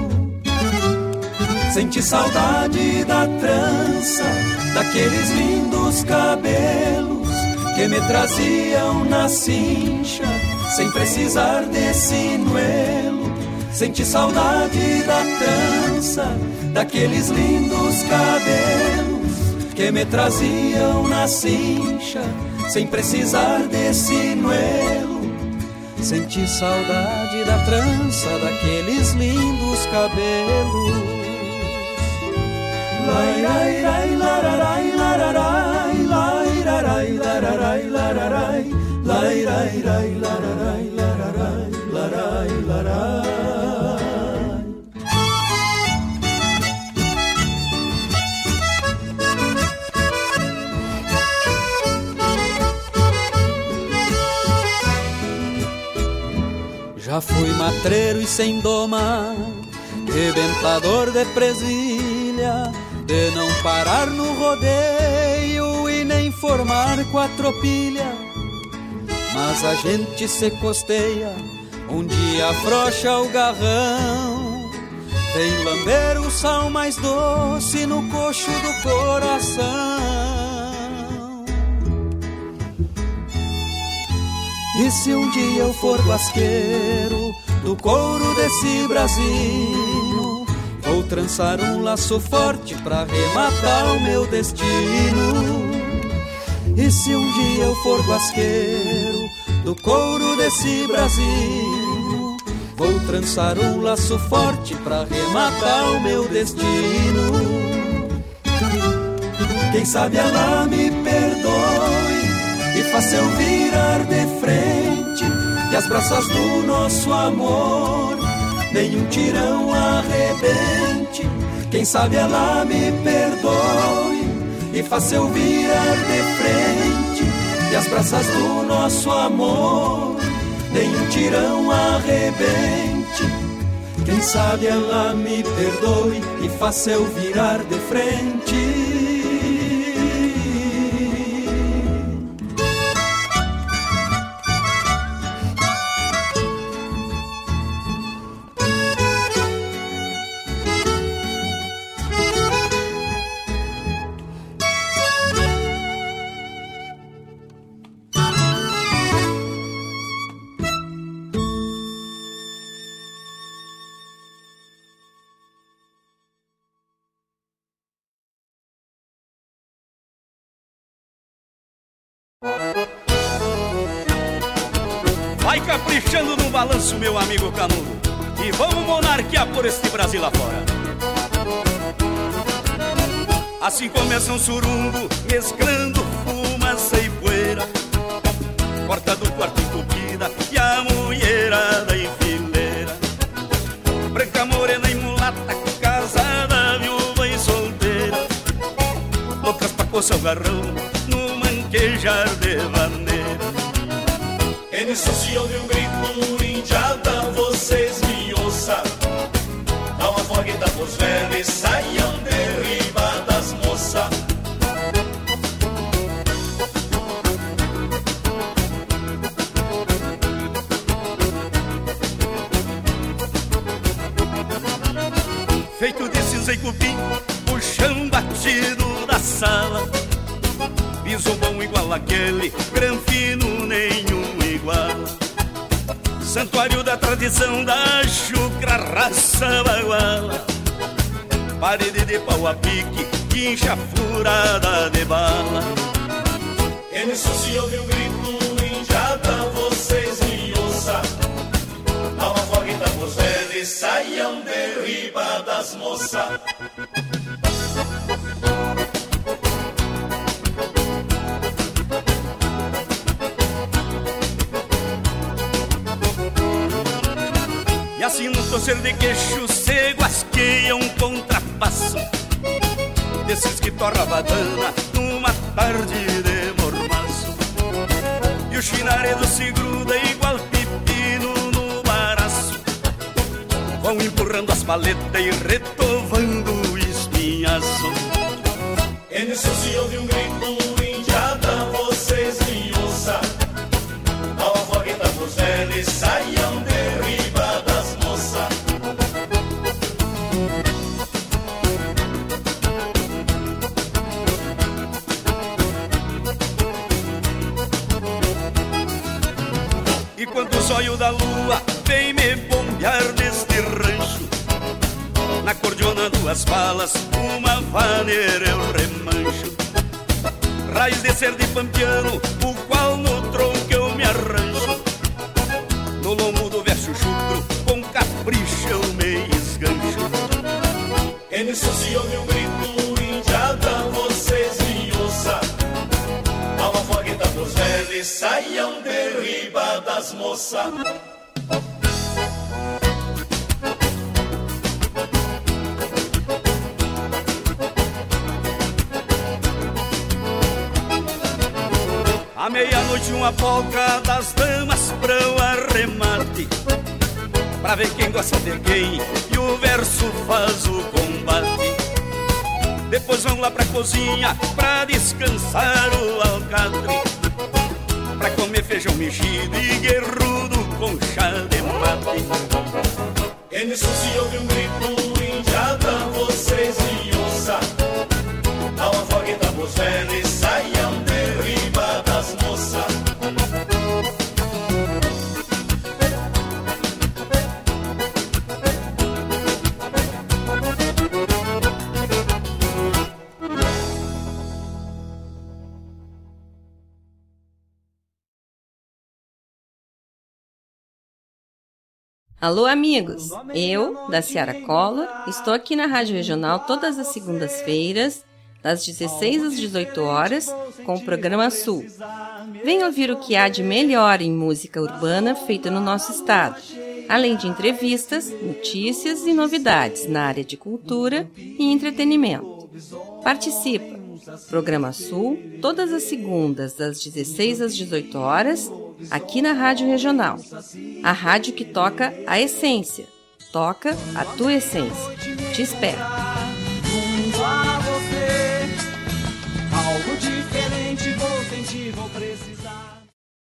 Senti saudade da trança, daqueles lindos cabelos que me traziam na cincha, sem precisar de sinuelo. Senti saudade da trança, daqueles lindos cabelos que me traziam na cincha, sem precisar de sinuelo. Senti saudade da trança, daqueles lindos cabelos. Lairai, lararai, lararai, lairai, lararai, lararai, lairai, lararai, lararai, larai, larai. Já fui matreiro e sem doma, rebentador de presilha, de não parar no rodeio e nem formar quatropilha. Mas a gente se costeia, um dia afrouxa o garrão, vem lamber o sal mais doce no coxo do coração. E se um dia eu for guasqueiro, do couro desse brasino. Vou trançar um laço forte pra rematar o meu destino. E se um dia eu for guasqueiro do couro desse brasino, vou trançar um laço forte pra rematar o meu destino. Quem sabe ela me perdoe e faça eu virar de frente, e as braças do nosso amor nenhum tirão arrebente. Quem sabe ela me perdoe e faça eu virar de frente, e as braças do nosso amor nenhum tirão arrebente. Quem sabe ela me perdoe e faça eu virar de frente. Vai caprichando no balanço, meu amigo canudo, e vamos monarquear por este Brasil afora. Assim começa um surungo, mesclando fumaça e poeira, porta do quarto entupida e a mulherada em fileira. Branca, morena e mulata, casada, viúva e solteira, loucas pra coçar o garrão no manquejar de maneira. E nisso se ouve um grito, indiada, vocês me ouçam. Dá uma fogueta pros velhos e saiam de riba das moças. Feito de cinza e cupim, o chão batido da sala, piso bom igual aquele, granfino nenhum igual. Santuário da tradição da chucra, raça baguala, parede de pau a pique, quincha furada de bala. E nisso se ouve um grito, indiada, vocês me ouçam. Dá uma fogueta pros velhos e saiam de riba das moças. E assim no torcer de queixo se guasqueia um contrapasso desses que torra a badana numa tarde de mormaço. E o chinaredo se gruda igual pepino no baraço, vão empurrando as paletas e retovando o espinhaço. E nisso se ouve um grito, indiada, vocês me ouçam. Dá uma fogueta pros velhos e saiam de riba das moças. E quando o zóio da lua vem me bombear neste rancho, na cordiona duas balas, uma vaneira eu remancho. Raiz de ser de pampiano, o qual no tronco eu me arranjo. No lombo do verso chucro, com capricho eu me esgancho. E nisso se ouve um grito, indiada, vocês me ouçam. Dá uma fogueta pros velhos e saiam de riba das moças. À meia-noite uma polca das damas pra o arremate, pra ver quem gosta de quem e o verso faz o combate. Depois vão lá pra cozinha pra descansar o alcatre, pra comer feijão mexido e guerrudo com chá de mate. E nisso se ouve um grito, indiada, vocês me ouçam. Dá uma fogueta pros velhos e saiam de riba das moças. Alô, amigos! Eu, da Ciara Collor, estou aqui na Rádio Regional todas as segundas-feiras, das 16 às 18 horas, com o programa Sul. Venha ouvir o que há de melhor em música urbana feita no nosso estado, além de entrevistas, notícias e novidades na área de cultura e entretenimento. Participa! Programa Sul, todas as segundas, das 16 às 18 horas, aqui na Rádio Regional. A rádio que toca a essência. Toca a tua essência. Te espero. Junto a você, algo diferente vou sentir, vou precisar.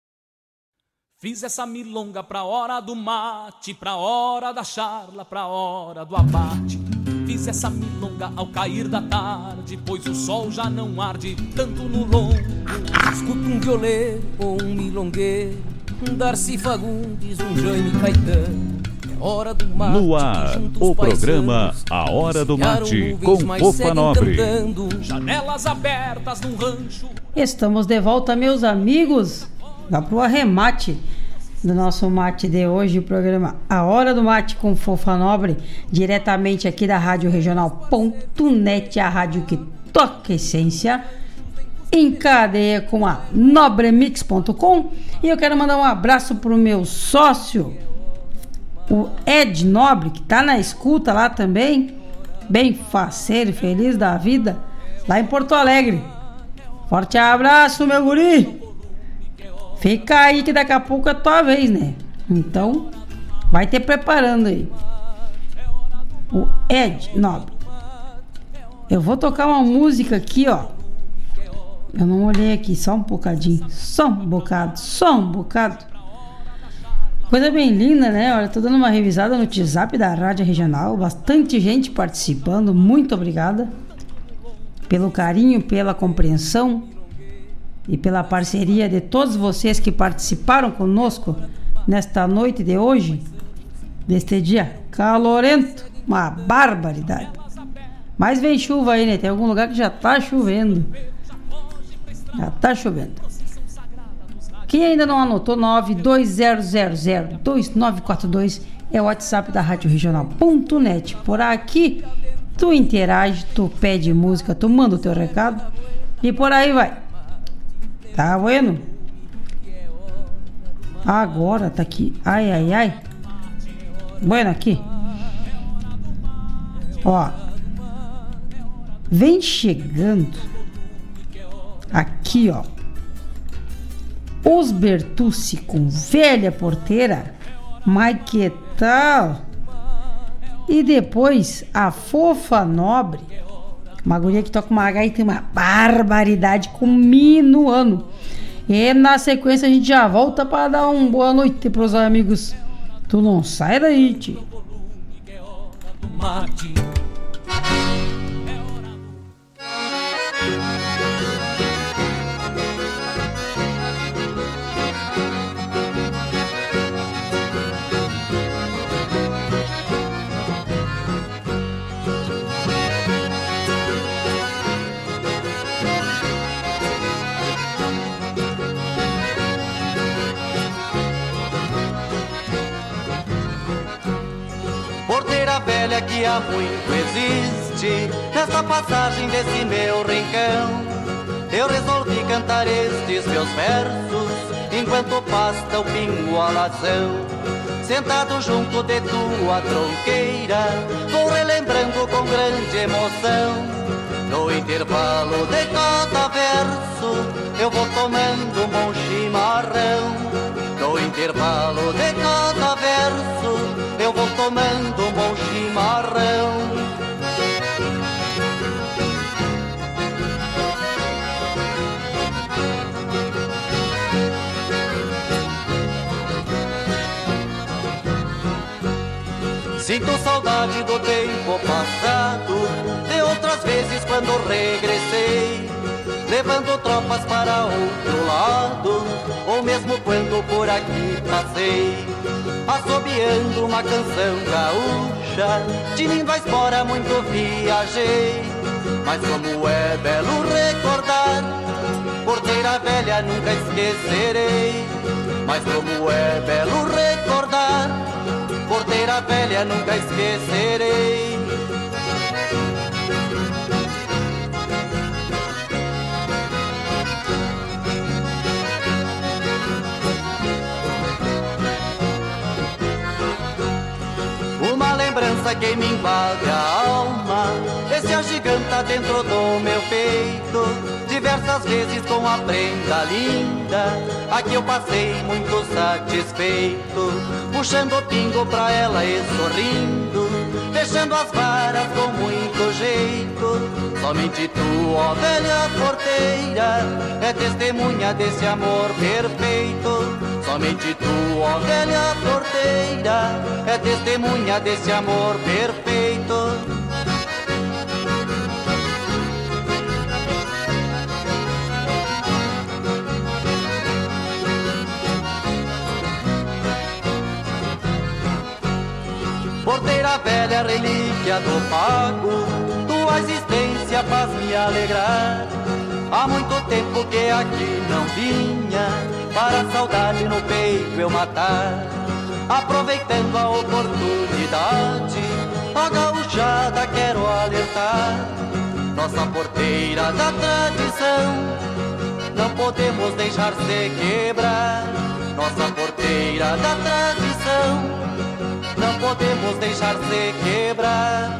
Fiz essa milonga pra hora do mate, pra hora da charla, pra hora do abate. Fiz essa milonga ao cair da tarde, pois o sol já não arde tanto no longo. Escuto um violeiro ou um milongueiro, um Darcy Fagundes, um Jaime Caetano. É hora do mate. No ar, o programa A Hora do Mate, com Fofa Nobre. Janelas abertas num rancho. Estamos de volta, meus amigos, lá pro arremate do nosso mate de hoje, o programa A Hora do Mate com Fofa Nobre, diretamente aqui da Rádio Regional.net, a rádio que toca essência, em cadeia com a Nobremix.com. E eu quero mandar um abraço pro meu sócio, o Ed Nobre, que tá na escuta lá também, bem faceiro e feliz da vida, lá em Porto Alegre. Forte abraço, meu guri! Fica aí que daqui a pouco é a tua vez, né? Então, vai te preparando aí. O Ed Nobre. Eu vou tocar uma música aqui, ó. Eu não olhei aqui, só um bocadinho. Só um bocado. Coisa bem linda, né? Olha, tô dando uma revisada no WhatsApp da Rádio Regional. Bastante gente participando. Muito obrigada pelo carinho, pela compreensão e pela parceria de todos vocês que participaram conosco nesta noite de hoje, deste dia calorento, uma barbaridade. Mas vem chuva aí, né? Tem algum lugar que já tá chovendo. Quem ainda não anotou, 920002942 é o WhatsApp da Rádio Regional.net. Por aqui, tu interage, tu pede música, tu manda o teu recado e por aí vai. Tá bueno? Agora tá aqui. Ai. Bueno, aqui. Ó. Vem chegando. Aqui, ó. Os Bertucci com Velha Porteira. Mas que tal? E depois a Fofa Nobre, uma guria que toca uma gaita, uma barbaridade com minuano. E na sequência a gente já volta para dar uma boa noite pros amigos. Tu não sai daí, tio. Velha que há muito existe nesta passagem desse meu rincão. Eu resolvi cantar estes meus versos enquanto pasta o pingo a alazão. Sentado junto de tua tronqueira, vou relembrando com grande emoção. No intervalo de cada verso, eu vou tomando um bom chimarrão. No intervalo de cada verso, eu vou tomando um bom chimarrão. Sinto saudade do tempo passado, de outras vezes quando regressei, levando tropas para outro lado, ou mesmo quando por aqui passei, assobiando uma canção gaúcha, tinindo a espora muito viajei. Mas como é belo recordar, Porteira Velha nunca esquecerei. Mas como é belo recordar, porteira velha nunca esquecerei. Uma lembrança que me invade a alma, esse agiganta dentro do meu peito. Diversas vezes com a prenda linda, aqui eu passei muito satisfeito, puxando o pingo pra ela e sorrindo, fechando as varas com muito jeito. Somente tu, ó velha porteira, é testemunha desse amor perfeito. Somente tu, ó velha porteira, é testemunha desse amor perfeito. Porteira velha, relíquia do pago, tua existência faz me alegrar. Há muito tempo que aqui não vinha, para a saudade no peito eu matar. Aproveitando a oportunidade, a gauchada quero alertar. Nossa porteira da tradição, não podemos deixar se quebrar. Nossa porteira da tradição, não podemos deixar se quebrar.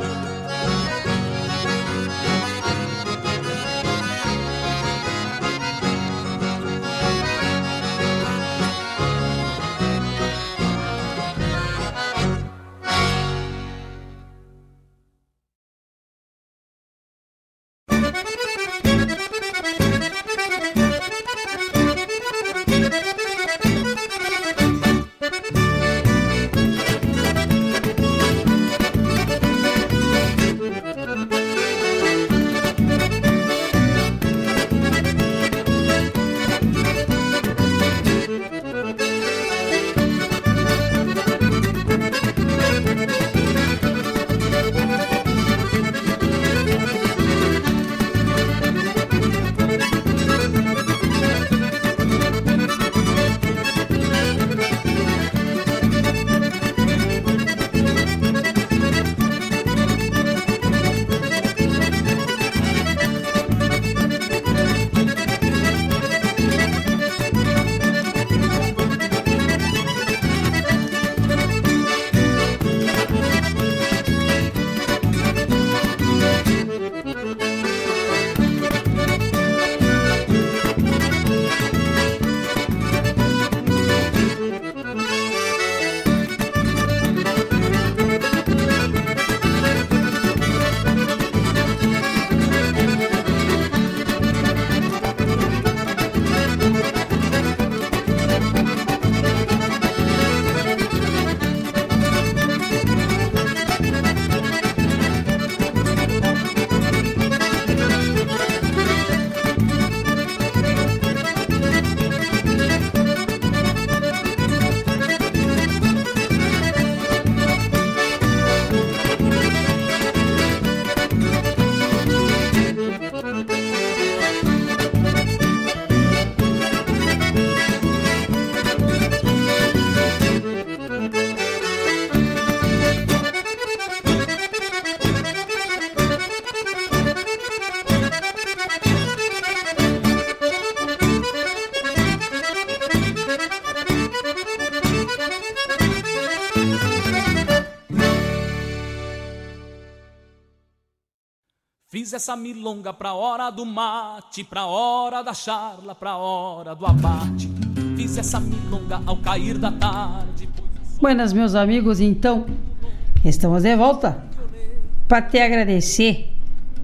Fiz essa milonga pra hora do mate, pra hora da charla, pra hora do abate. Fiz essa milonga ao cair da tarde. Buenas, meus amigos, então estamos de volta para te agradecer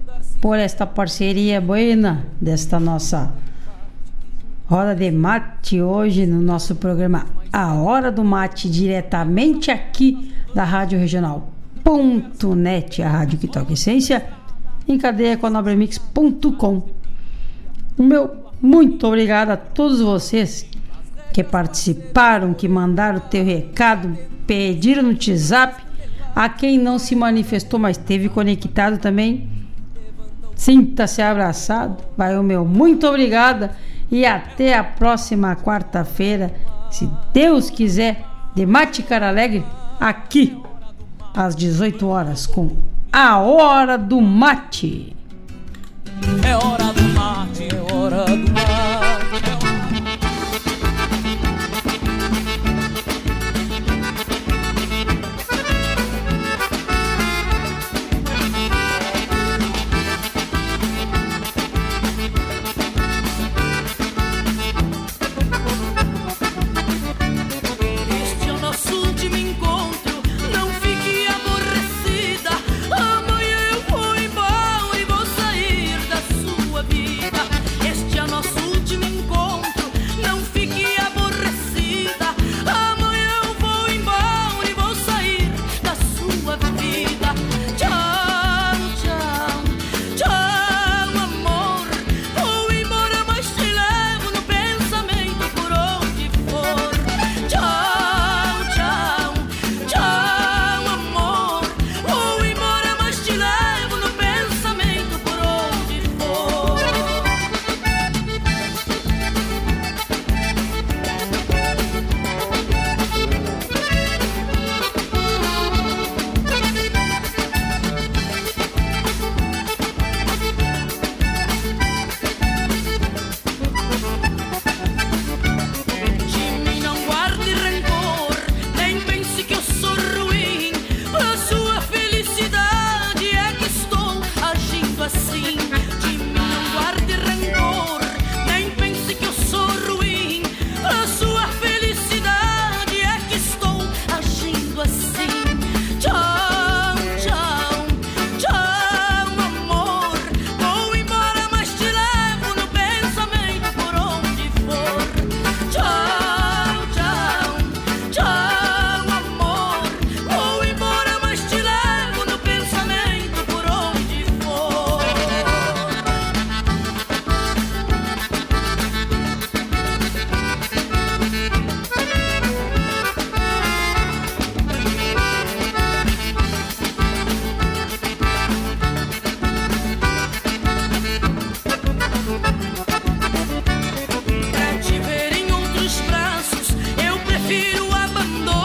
por esta parceria buena desta nossa roda de mate hoje no nosso programa A Hora do Mate, diretamente aqui da Rádio Regional.net, a rádio que toca essência, em cadeia com a nobremix.com. O meu muito obrigado a todos vocês que participaram, que mandaram o teu recado, pediram no WhatsApp, a quem não se manifestou, mas esteve conectado também, sinta-se abraçado. Vai o meu muito obrigada e até a próxima quarta-feira, se Deus quiser, de Mate Cara Alegre, aqui às 18 horas com A Hora do Mate. É hora do mate, é hora do mate.